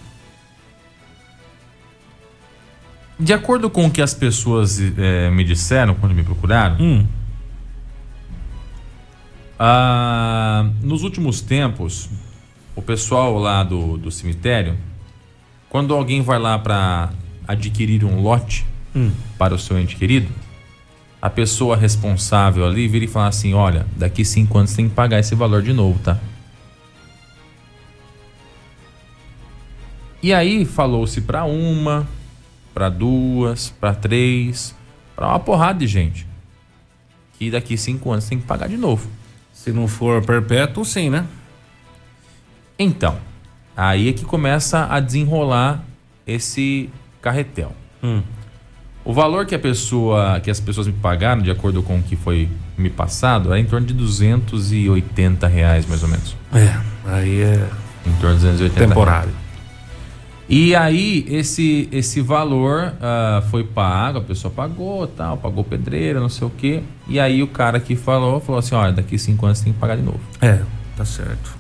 De acordo com o que as pessoas eh, me disseram quando me procuraram, Hum. ah, nos últimos tempos, o pessoal lá do, do cemitério, quando alguém vai lá para adquirir um lote Hum. para o seu ente querido, a pessoa responsável ali vira e fala assim: olha, daqui cinco anos você tem que pagar esse valor de novo, tá? E aí falou-se para uma, para duas, para três, para uma porrada de gente, que daqui cinco anos tem que pagar de novo. Se não for perpétuo, sim, né? Então, aí é que começa a desenrolar esse carretel. Hum. O valor que a pessoa, que as pessoas me pagaram, de acordo com o que foi me passado, é em torno de duzentos e oitenta reais, mais ou menos. É, aí é Em torno de duzentos e oitenta temporário. reais. E aí, esse, esse valor ah, foi pago, a pessoa pagou, tal, pagou pedreira, não sei o quê. E aí o cara que falou, falou assim: olha, daqui cinco anos você tem que pagar de novo. É, tá certo.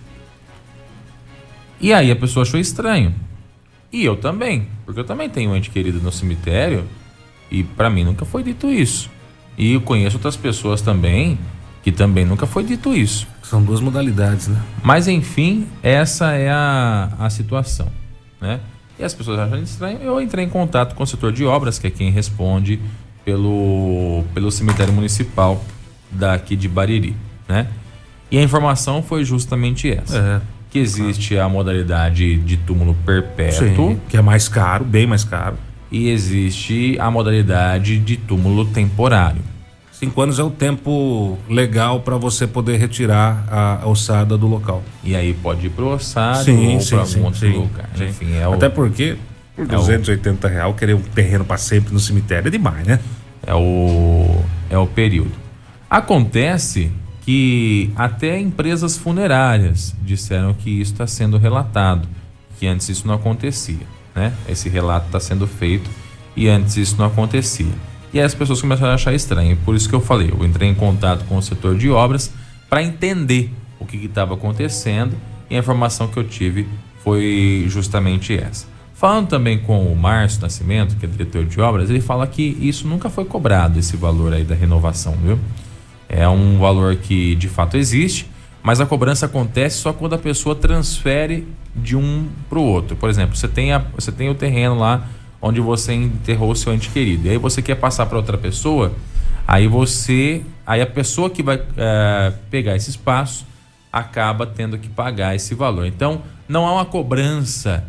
E aí a pessoa achou estranho. E eu também, porque eu também tenho um ente querido no cemitério e pra mim nunca foi dito isso. E eu conheço outras pessoas também que também nunca foi dito isso. São duas modalidades, né? Mas enfim, essa é a, a situação, né? E as pessoas acham estranho. Eu entrei em contato com o setor de obras, que é quem responde pelo, pelo cemitério municipal daqui de Bariri, né? E a informação foi justamente essa. É. Que existe a modalidade de túmulo perpétuo. Sim, que é mais caro, bem mais caro. E existe a modalidade de túmulo temporário. Cinco anos é o tempo legal para você poder retirar a ossada do local. E aí pode ir pro ossário Sim, ou sim, para sim, algum outro sim, lugar. sim. Enfim, é o... Até porque Por duzentos e oitenta reais, querer um terreno para sempre no cemitério é demais, né? É o, é o período. Acontece que até empresas funerárias disseram que isso está sendo relatado, que antes isso não acontecia, né? Esse relato está sendo feito e antes isso não acontecia. E aí as pessoas começaram a achar estranho. Por isso que eu falei, eu entrei em contato com o setor de obras para entender o que estava acontecendo, e a informação que eu tive foi justamente essa. Falando também com o Márcio Nascimento, que é diretor de obras, ele fala que isso nunca foi cobrado, esse valor aí da renovação, viu? É um valor que de fato existe, mas a cobrança acontece só quando a pessoa transfere de um para o outro. Por exemplo, você tem, a, você tem o terreno lá onde você enterrou o seu ente querido, e aí você quer passar para outra pessoa, aí você, aí a pessoa que vai é, pegar esse espaço acaba tendo que pagar esse valor. Então, não há uma cobrança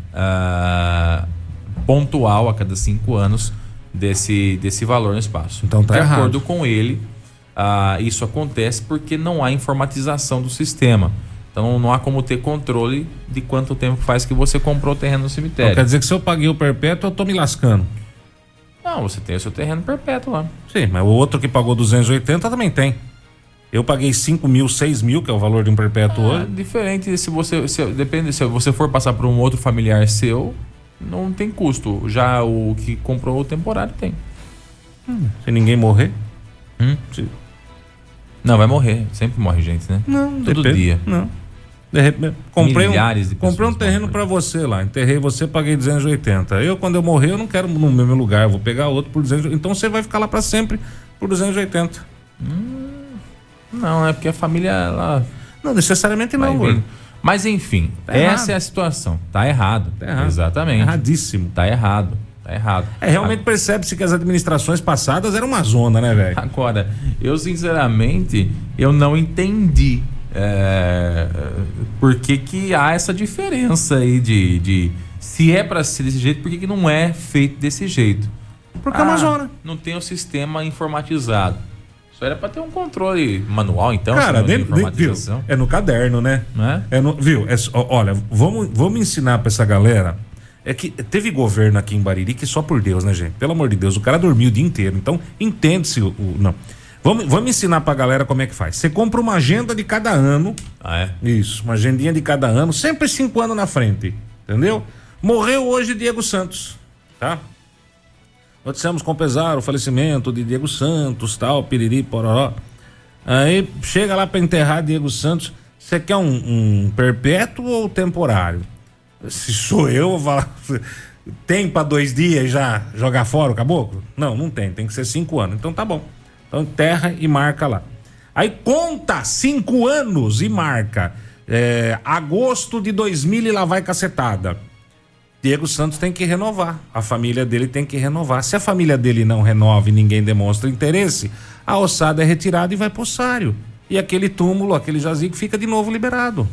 ah, pontual a cada cinco anos desse, desse valor no espaço. Então tá De errado. acordo com ele, ah, isso acontece porque não há informatização do sistema. Então não há como ter controle de quanto tempo faz que você comprou o terreno no cemitério. Então, quer dizer que se eu paguei o perpétuo, eu tô me lascando. Não, você tem o seu terreno perpétuo lá. Sim, mas o outro que pagou duzentos e oitenta também tem. Eu paguei cinco mil, seis mil, que é o valor de um perpétuo Ah, hoje. diferente se você, se, depende, se você for passar para um outro familiar seu, não tem custo. Já o que comprou o temporário tem. Hum, se ninguém morrer. Hum? Se... Não, vai morrer. Sempre morre gente, né? Não, Todo depende. dia. Não. De repente, comprei Milhares um, de comprei um pessoas terreno morrem. pra você lá, enterrei você, paguei duzentos e oitenta. Eu, quando eu morrer, eu não quero no mesmo lugar, eu vou pegar outro por duzentos e oitenta. Então você vai ficar lá pra sempre por duzentos e oitenta. Hum, não, é porque a família, ela Não, necessariamente vai não, vindo. Gordo. Mas enfim, Tá essa errado. é a situação. Tá errado. Tá errado. Exatamente. Erradíssimo. Tá errado. Tá errado. É, realmente percebe-se que as administrações passadas eram uma zona, né, velho? Agora, eu sinceramente, eu não entendi é, por que que há essa diferença aí de, de se é para ser desse jeito, por que que não é feito desse jeito? Porque é uma zona. Não tem o sistema informatizado. Isso era para ter um controle manual, então, Cara, se não tem nem, nem, viu? informatização, É no caderno, né? né? É no, viu? É, só- olha, vamos, vamos ensinar pra essa galera. É que teve governo aqui em Bariri que só por Deus, né, gente? Pelo amor de Deus, o cara dormiu o dia inteiro. Então, entende-se o, o- Não. Vamos, vamos ensinar pra galera como é que faz. Você compra uma agenda de cada ano. Ah, é? Isso, uma agendinha de cada ano, sempre cinco anos na frente. Entendeu? Morreu hoje Diego Santos, tá? Noticiamos com pesar o falecimento de Diego Santos, tal, piriri, pororó. Aí chega lá pra enterrar Diego Santos. Você quer um, um perpétuo ou temporário? Se sou eu, vou falar. Tem pra dois dias já jogar fora o caboclo? Não, não tem, tem que ser cinco anos. Então tá bom. Então enterra e marca lá. Aí conta cinco anos e marca. É, agosto de dois mil e lá vai cacetada. Diego Santos tem que renovar. A família dele tem que renovar. Se a família dele não renova e ninguém demonstra interesse, a ossada é retirada e vai pro ossário. E aquele túmulo, aquele jazigo fica de novo liberado.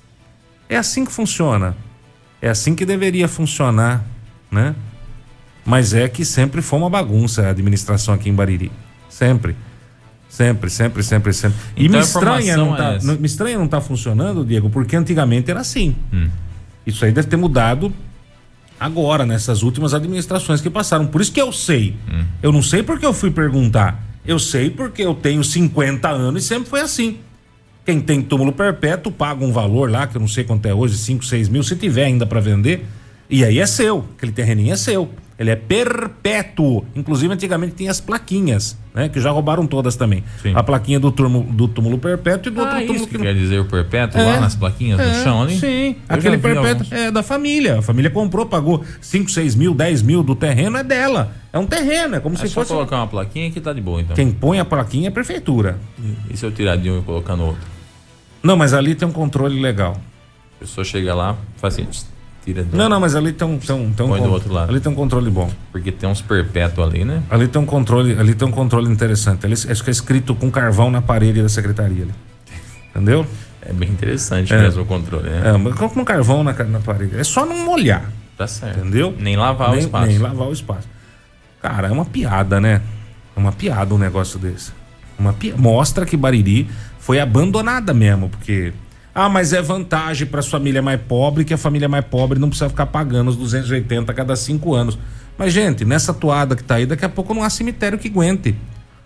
É assim que funciona. É assim que deveria funcionar, né? Mas é que sempre foi uma bagunça a administração aqui em Bariri. Sempre. Sempre, sempre, sempre, sempre. E Então me a estranha, informação não tá, é essa. não- me estranha não tá funcionando, Diego, porque antigamente era assim. Hum. Isso aí deve ter mudado agora, nessas últimas administrações que passaram. Por isso que eu sei. Hum. Eu não sei porque eu fui perguntar. Eu sei porque eu tenho cinquenta anos e sempre foi assim. Quem tem túmulo perpétuo paga um valor lá, que eu não sei quanto é hoje, cinco, seis mil, se tiver ainda para vender. E aí é seu, aquele terreninho é seu. Ele é perpétuo. Inclusive, antigamente tinha as plaquinhas, né? Que já roubaram todas também. Sim. A plaquinha do túmulo, do túmulo perpétuo e do Ah, outro túmulo isso que que não. quer dizer o perpétuo É, lá nas plaquinhas é, do chão ali? Sim, Eu aquele já vi perpétuo alguns. é da família. A família comprou, pagou cinco, seis mil, dez mil do terreno, é dela. É um terreno, é como É se só fosse. colocar uma plaquinha que tá de boa, então. Quem põe a plaquinha é a prefeitura. E se eu tirar de um e colocar no outro? Não, mas ali tem um controle legal. A pessoa chega lá, faz assim, tss, tira do... Não, não, mas ali tem um, tem um, tem um Põe do con- outro lado. Ali tem um controle bom. Porque tem uns perpétuos ali, né? Ali tem um controle, ali tem um controle interessante. Ali acho que é escrito com carvão na parede da secretaria ali. Entendeu? É bem interessante É. mesmo o controle, né? É, mas com carvão na, na parede. É só não molhar. Tá certo. Entendeu? Nem lavar o nem, espaço. Nem lavar o espaço. Cara, é uma piada, né? É uma piada um negócio desse. Uma pi... Mostra que Bariri foi abandonada mesmo, porque Ah, mas é vantagem para as famílias mais pobres, que a família mais pobre não precisa ficar pagando os duzentos e oitenta a cada cinco anos. Mas, gente, nessa toada que tá aí, daqui a pouco não há cemitério que aguente.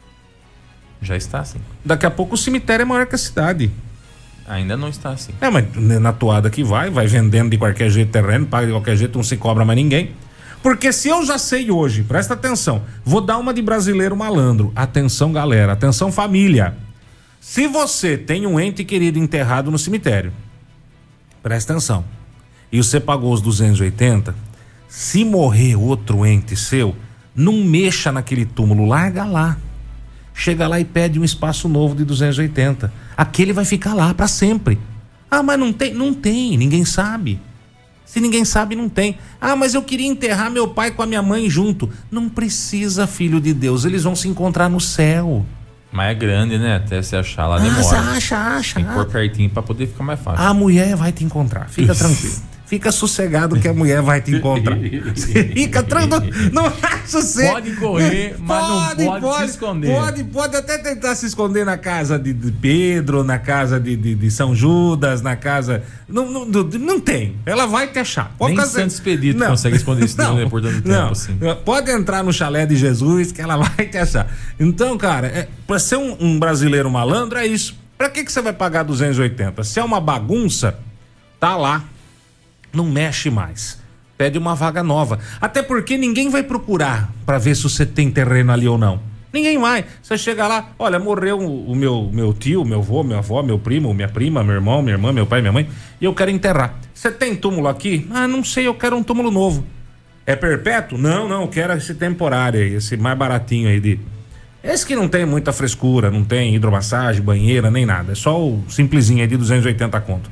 Já está assim. Daqui a pouco o cemitério é maior que a cidade. Ainda não está assim. É, mas na toada que vai, vai vendendo de qualquer jeito terreno, paga de qualquer jeito, não se cobra mais ninguém. Porque se eu já sei hoje, presta atenção, vou dar uma de brasileiro malandro. Atenção, galera, atenção, família. Se você tem um ente querido enterrado no cemitério, presta atenção, e você pagou os duzentos e oitenta, se morrer outro ente seu, não mexa naquele túmulo, larga lá. Chega lá e pede um espaço novo de duzentos e oitenta. Aquele vai ficar lá para sempre. Ah, mas não tem, não tem, ninguém sabe. Se ninguém sabe, não tem. Ah, mas eu queria enterrar meu pai com a minha mãe junto. Não precisa, filho de Deus, eles vão se encontrar no céu. Mas é grande, né? Até se achar lá Ah, demora. acha, acha. Tem que pôr pertinho pra poder ficar mais fácil. A mulher vai te encontrar, fica tranquilo. Fica sossegado que a mulher vai te encontrar. Fica tranquilo. Não acha você. Pode correr, mas não pode se esconder. Pode, pode até tentar se esconder na casa de, de Pedro, na casa de, de, de São Judas, na casa. Não, não, não, não tem. Ela vai te achar. Pode Nem fazer... Santo Expedito não. consegue esconder isso não, por tanto tempo não. assim. Pode entrar no chalé de Jesus que ela vai te achar. Então, cara, é, pra ser um, um brasileiro malandro é isso. Pra que que você vai pagar duzentos e oitenta? Se é uma bagunça, tá lá. Não mexe mais. Pede uma vaga nova. Até porque ninguém vai procurar pra ver se você tem terreno ali ou não. Ninguém vai. Você chega lá, olha, morreu o meu, meu tio, meu avô, minha avó, meu primo, minha prima, meu irmão, minha irmã, meu pai, minha mãe, e eu quero enterrar. Você tem túmulo aqui? Ah, não sei, eu quero um túmulo novo. É perpétuo? Não, não, eu quero esse temporário aí, esse mais baratinho aí de... Esse que não tem muita frescura, não tem hidromassagem, banheira, nem nada. É só o simplesinho aí de duzentos e oitenta conto.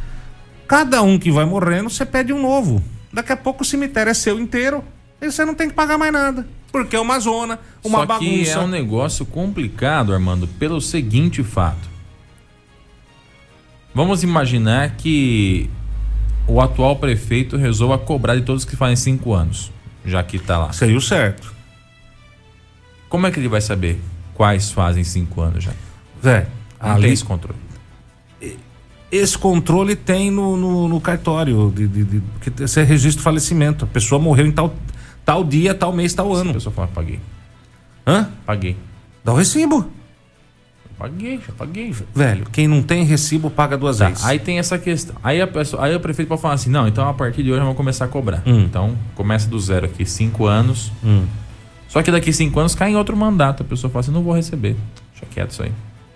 Cada um que vai morrendo, você pede um novo. Daqui a pouco o cemitério é seu inteiro e você não tem que pagar mais nada. Porque é uma zona, uma Só bagunça. que é um negócio complicado, Armando, pelo seguinte fato. Vamos imaginar que o atual prefeito resolva cobrar de todos que fazem cinco anos, já que tá lá. Seria o certo. Como é que ele vai saber quais fazem cinco anos já? Zé, Não ali... tem esse controle. Esse controle tem no, no, no cartório, de, de, de, que você registra o falecimento. A pessoa morreu em tal, tal dia, tal mês, tal ano. A pessoa fala, paguei. Hã? Paguei. Dá o recibo. Paguei, já paguei. Velho, quem não tem recibo paga duas Tá, vezes. aí tem essa questão. Aí, a pessoa, aí o prefeito pode falar assim, não, então a partir de hoje vamos começar a cobrar. Hum. Então, começa do zero aqui, cinco anos. Hum. Só que daqui cinco anos cai em outro mandato. A pessoa fala assim, não vou receber. Deixa quieto isso aí.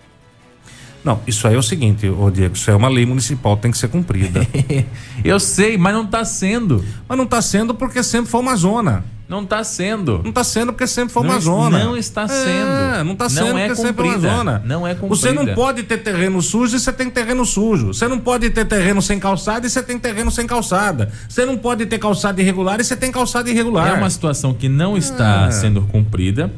Não, isso aí é o seguinte, ô Diego, isso é uma lei municipal, tem que ser cumprida. Eu sei, mas não tá sendo. Mas não tá sendo porque sempre foi uma zona. Não tá sendo. Não tá sendo porque sempre foi Não uma es- zona. não está sendo. É, não tá Não sendo é porque sempre foi uma cumprida. zona. Não é Você cumprida. não pode ter terreno sujo e você tem terreno sujo. Você não pode ter terreno sem calçada e você tem terreno sem calçada. Você não pode ter calçada irregular e você tem calçada irregular. É uma situação que não está Ah. sendo cumprida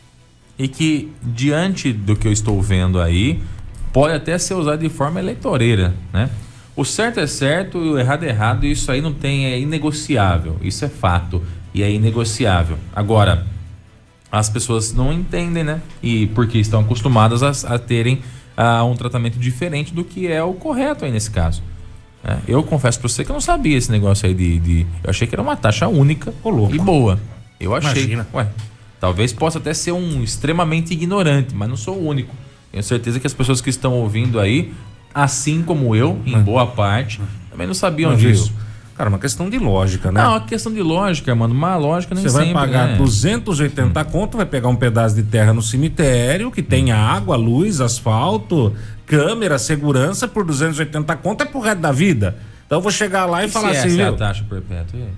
e que, diante do que eu estou vendo aí, pode até ser usado de forma eleitoreira, né? O certo é certo e o errado é errado, e isso aí não tem, é inegociável, isso é fato e é inegociável. Agora, as pessoas não entendem, né? E porque estão acostumadas a, a terem a, um tratamento diferente do que é o correto aí nesse caso. né? Eu confesso pra você que eu não sabia esse negócio aí de, de eu achei que era uma taxa única Ô, louco. e boa. Eu achei. Imagina. Ué, talvez possa até ser um extremamente ignorante, mas não sou o único. Tenho certeza que as pessoas que estão ouvindo aí, assim como eu, em boa parte, também não sabiam Não, disso. viu? Cara, uma questão de lógica, né? Não, é uma questão de lógica, mano. Uma lógica nem Você vai sempre, pagar né? duzentos e oitenta conto, vai pegar um pedaço de terra no cemitério, que tem água, luz, asfalto, câmera, segurança, por duzentos e oitenta conto é pro resto da vida. Então eu vou chegar lá e, E falar se assim, essa é a viu? taxa perpétua? E aí?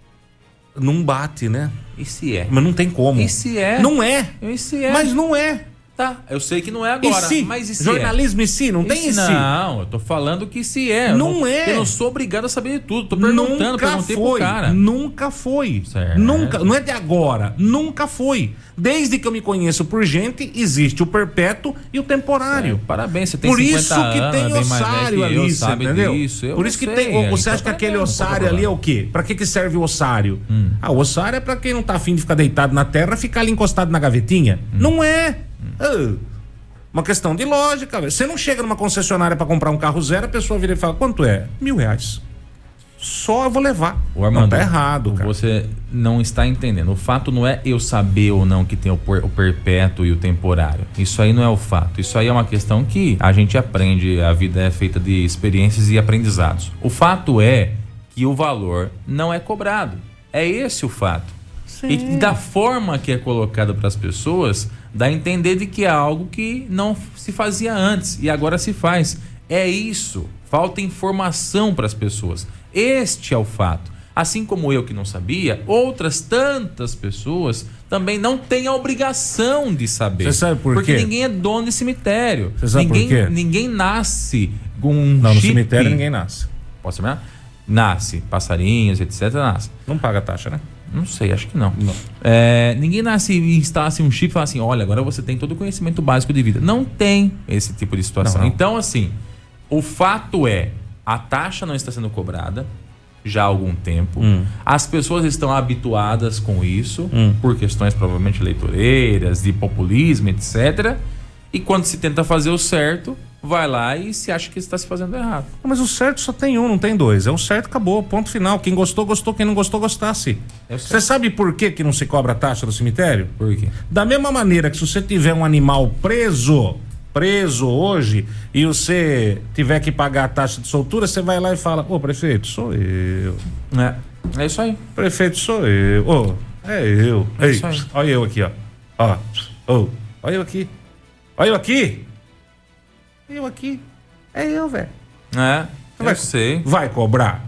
Não bate, né? E se é? Mas não tem como. E se é? Não é. E se é? Mas não é. Tá, eu sei que não é E agora, se? mas e se Jornalismo é? e se? Não tem e se? Não, eu tô falando que se é. Eu Não é. Eu não sou obrigado a saber de tudo. Tô perguntando, Nunca perguntei foi, pro cara. nunca foi, Certo. nunca, não é de agora, nunca foi. Desde que eu me conheço por gente, existe o perpétuo e o temporário. É, parabéns, você tem Por cinquenta isso que anos, tem é bem mais velho ossário que ali, eu, você sabe entendeu? disso, eu Por isso que sei, tem, é, você então acha que tá aquele bom, não tem ossário ali é problema. o quê? Pra que que serve o ossário? Hum. Ah, o ossário é pra quem não tá afim de ficar deitado na terra, ficar ali encostado na gavetinha. Hum. Não é. Ah. Uma questão de lógica, velho. Você não chega numa concessionária pra comprar um carro zero, a pessoa vira e fala, quanto é? Mil reais. Só eu vou levar. O Armando, não, tá errado, cara. Você não está entendendo. O fato não é eu saber ou não que tem o, per, o perpétuo e o temporário. Isso aí não é o fato. Isso aí é uma questão que a gente aprende. A vida é feita de experiências e aprendizados. O fato é que o valor não é cobrado. É esse o fato. Sim. E da forma que é colocado para as pessoas, dá a entender de que é algo que não se fazia antes e agora se faz. É isso. Falta informação para as pessoas. Este é o fato. Assim como eu que não sabia, outras tantas pessoas também não têm a obrigação de saber. Você sabe por porque quê? Porque ninguém é dono de cemitério. Você sabe ninguém, por quê? Ninguém nasce com um Não, chip. no cemitério ninguém nasce. Posso chamar? Nasce. Passarinhos, etcétera. Nasce. Não paga taxa, né? Não sei, acho que não. Não. É, ninguém nasce e instala assim, um chip e fala assim, olha, agora você tem todo o conhecimento básico de vida. Não tem esse tipo de situação. Não, não. Então, assim, o fato é, a taxa não está sendo cobrada já há algum tempo. Hum. As pessoas estão habituadas com isso, Hum. por questões provavelmente eleitoreiras, de populismo, etcétera. E quando se tenta fazer o certo, vai lá e se acha que está se fazendo errado. Mas o certo só tem um, não tem dois. É o certo, acabou, ponto final. Quem gostou, gostou. Quem não gostou, gostasse. Você sabe por que que não se cobra taxa no cemitério? Por quê? Da mesma maneira que se você tiver um animal preso, preso hoje, e você tiver que pagar a taxa de soltura, você vai lá e fala, ô prefeito, sou eu. É, é isso aí. Prefeito, sou eu. Ô, é eu. É Ei, isso aí. olha eu aqui, ó. Ó, ô, olha eu aqui. Olha eu aqui. Eu aqui. É eu, velho. É, eu Vai- sei. Vai cobrar?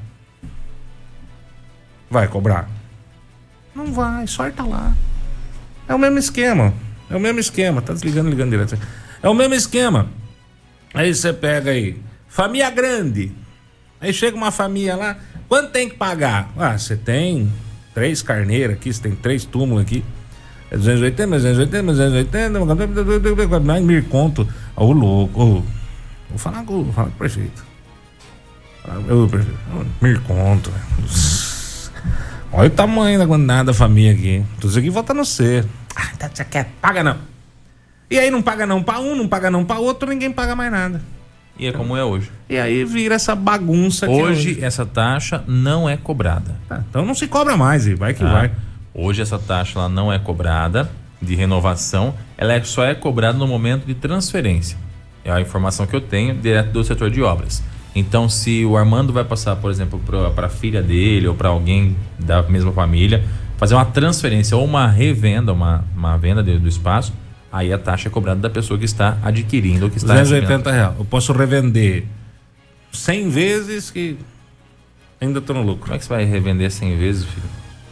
Vai cobrar? Não vai, sorta lá. É o mesmo esquema. É o mesmo esquema. Tá desligando, ligando direto. É o mesmo esquema. Aí você pega aí, família grande. Aí chega uma família lá, quanto tem que pagar? Ah, você tem três carneiras aqui, você tem três túmulos aqui. É duzentos e oitenta, duzentos e oitenta, duzentos e oitenta, mais mil conto. Ô, louco, ô. Vou falar com, vou falar com o prefeito. Ô, prefeito, mil conto. Olha o tamanho da quantidade da família aqui. Tudo isso aqui volta no C. Ah, tá, você quer? Paga não. E aí não paga não pra um, não paga não pra outro, ninguém paga mais nada. E é como é hoje. E aí vira essa bagunça que é Hoje, hoje. essa taxa não é cobrada. Tá, então não se cobra mais, e vai que Tá? vai. Hoje essa taxa ela não é cobrada de renovação, ela é, só é cobrada no momento de transferência. É a informação que eu tenho direto do setor de obras. Então, se o Armando vai passar, por exemplo, para a filha dele ou para alguém da mesma família, fazer uma transferência ou uma revenda, uma, uma venda de, do espaço, aí a taxa é cobrada da pessoa que está adquirindo ou que está duzentos e adquirindo. oitenta reais. Eu posso revender cem vezes que ainda tô no lucro. Como é que você vai revender cem vezes, filho?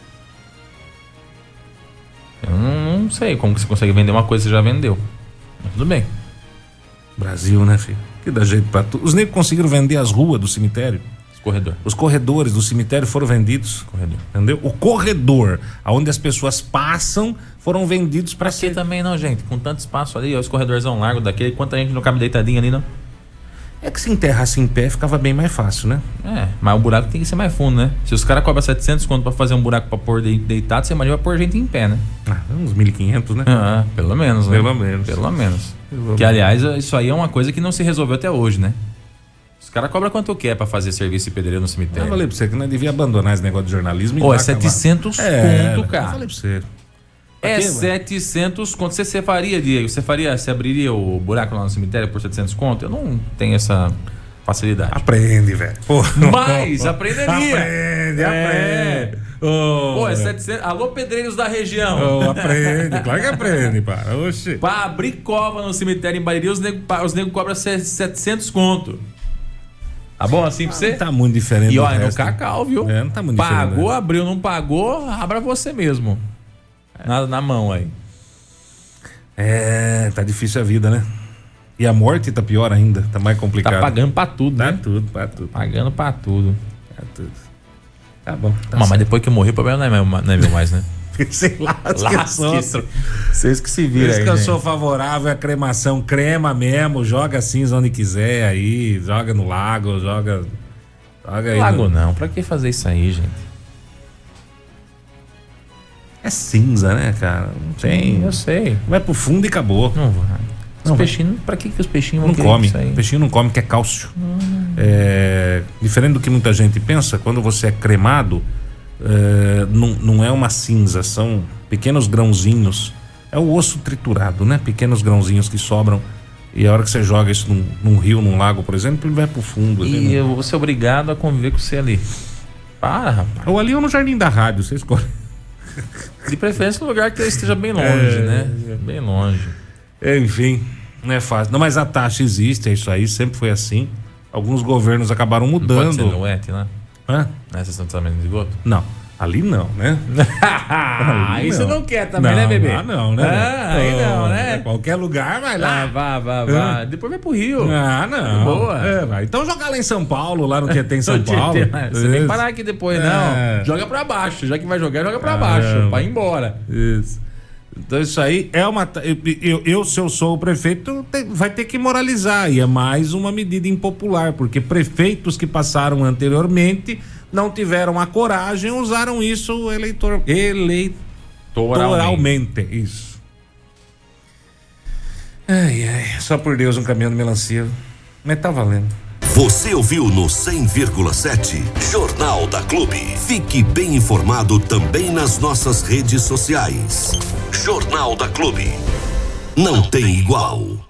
Eu não, não sei como que você consegue vender uma coisa que você já vendeu. Mas tudo bem. Brasil, né, filho? Que dá jeito pra tudo. Os negros conseguiram vender as ruas do cemitério. Corredor. Os corredores do cemitério foram vendidos. Corredor. Entendeu? O corredor, aonde as pessoas passam, foram vendidos pra Aqui ser. também não, gente. Com tanto espaço ali, ó, os corredorzão largo daquele, quanta gente não cabe deitadinha ali, não? É que se enterrasse em pé ficava bem mais fácil, né? É, mas o buraco tem que ser mais fundo, né? Se os caras cobram setecentos conto pra fazer um buraco pra pôr de- deitado, você imagina pra pôr gente em pé, né? Ah, uns mil e quinhentos, né? Ah, pelo menos, né? Pelo menos. Pelo menos. Pelo Que, aliás, isso aí é uma coisa que não se resolveu até hoje, né? Os caras cobram quanto quer pra fazer serviço de pedreiro no Eu cemitério. falei pra você que nós devia abandonar esse negócio de jornalismo. e Pô, lá é acabar. setecentos É, conto, cara. Eu falei pra você. É Pra quê, mano? setecentos conto. Você, você faria, Diego? Você faria, você abriria o buraco lá no cemitério por setecentos conto? Eu não tenho essa facilidade. Aprende, velho. Pô, Mas aprenderia. Aprende, É. aprende. Ô, Pô, é velho. setecentos. Alô, pedreiros da região. Ô, aprende, claro que aprende, para. Oxi. Pra abrir cova no cemitério em Bariri, os nego, os nego cobram setecentos conto. Tá bom assim pra você? Tá muito diferente. E do ó, é no resto. cacau, viu? É, não tá muito diferente, Pagou, né? abriu, não pagou, abra você mesmo. Na, na mão aí. É, tá difícil a vida, né? E a morte tá pior ainda, tá mais complicado. Tá pagando pra tudo, Tá né? tudo, pra tudo. Pagando pra tudo. Tá tudo. Tá bom. Tá Mas, mas depois que eu morri, o problema não é meu, não é meu mais, né? sei lá, Lasque, vocês que se viram Por isso aí, que eu gente. sou favorável à cremação, crema mesmo, joga cinza onde quiser aí, joga no lago, joga. Joga aí. Lago no... não, pra que fazer isso aí, gente? É cinza, né, cara? Não tem. Eu sei. Vai pro fundo e acabou. Não vai. Os peixinhos, pra que, que os peixinhos vão Não querer come, isso aí? peixinho não come, que é cálcio. Hum. É, diferente do que muita gente pensa, quando você é cremado, é, não, não é uma cinza, são pequenos grãozinhos. É o osso triturado, né? Pequenos grãozinhos que sobram. E a hora que você joga isso num, num rio, num lago, por exemplo, ele vai pro fundo. E ele, eu vou ser obrigado a conviver com você ali. Para, rapaz. Ou ali ou no jardim da rádio, você escolhe. De preferência num lugar que esteja bem longe, É. né? Bem longe. Enfim, não é fácil. Não, mas a taxa existe, é isso aí, sempre foi assim. Alguns governos acabaram Não pode mudando. ser no E T, né? Hã? Na estação de tratamento de esgoto? Não, ali não, né? Aí você não quer também, não, né, bebê? Ah, não, né? Ah, aí não, né? Qualquer lugar, vai Ah, lá. vá, vá, vá. Depois vai pro Rio. Ah, não. Boa. É, vai. Então jogar lá em São Paulo, lá no Tietê em São Paulo. Você vem parar aqui depois, É. não. Joga pra baixo. Já que vai jogar, joga pra Ah, baixo. é. Pra ir embora. Isso. Então isso aí é uma. Eu, eu, eu, se eu sou o prefeito, te- vai ter que moralizar. E é mais uma medida impopular, porque prefeitos que passaram anteriormente não tiveram a coragem, usaram isso eleitor, eleitoralmente. Isso. Ai, ai, só por Deus um caminhão de melancia. Mas tá valendo. Você ouviu no cem vírgula sete Jornal da Clube. Fique bem informado também nas nossas redes sociais. Jornal da Clube. Não tem igual.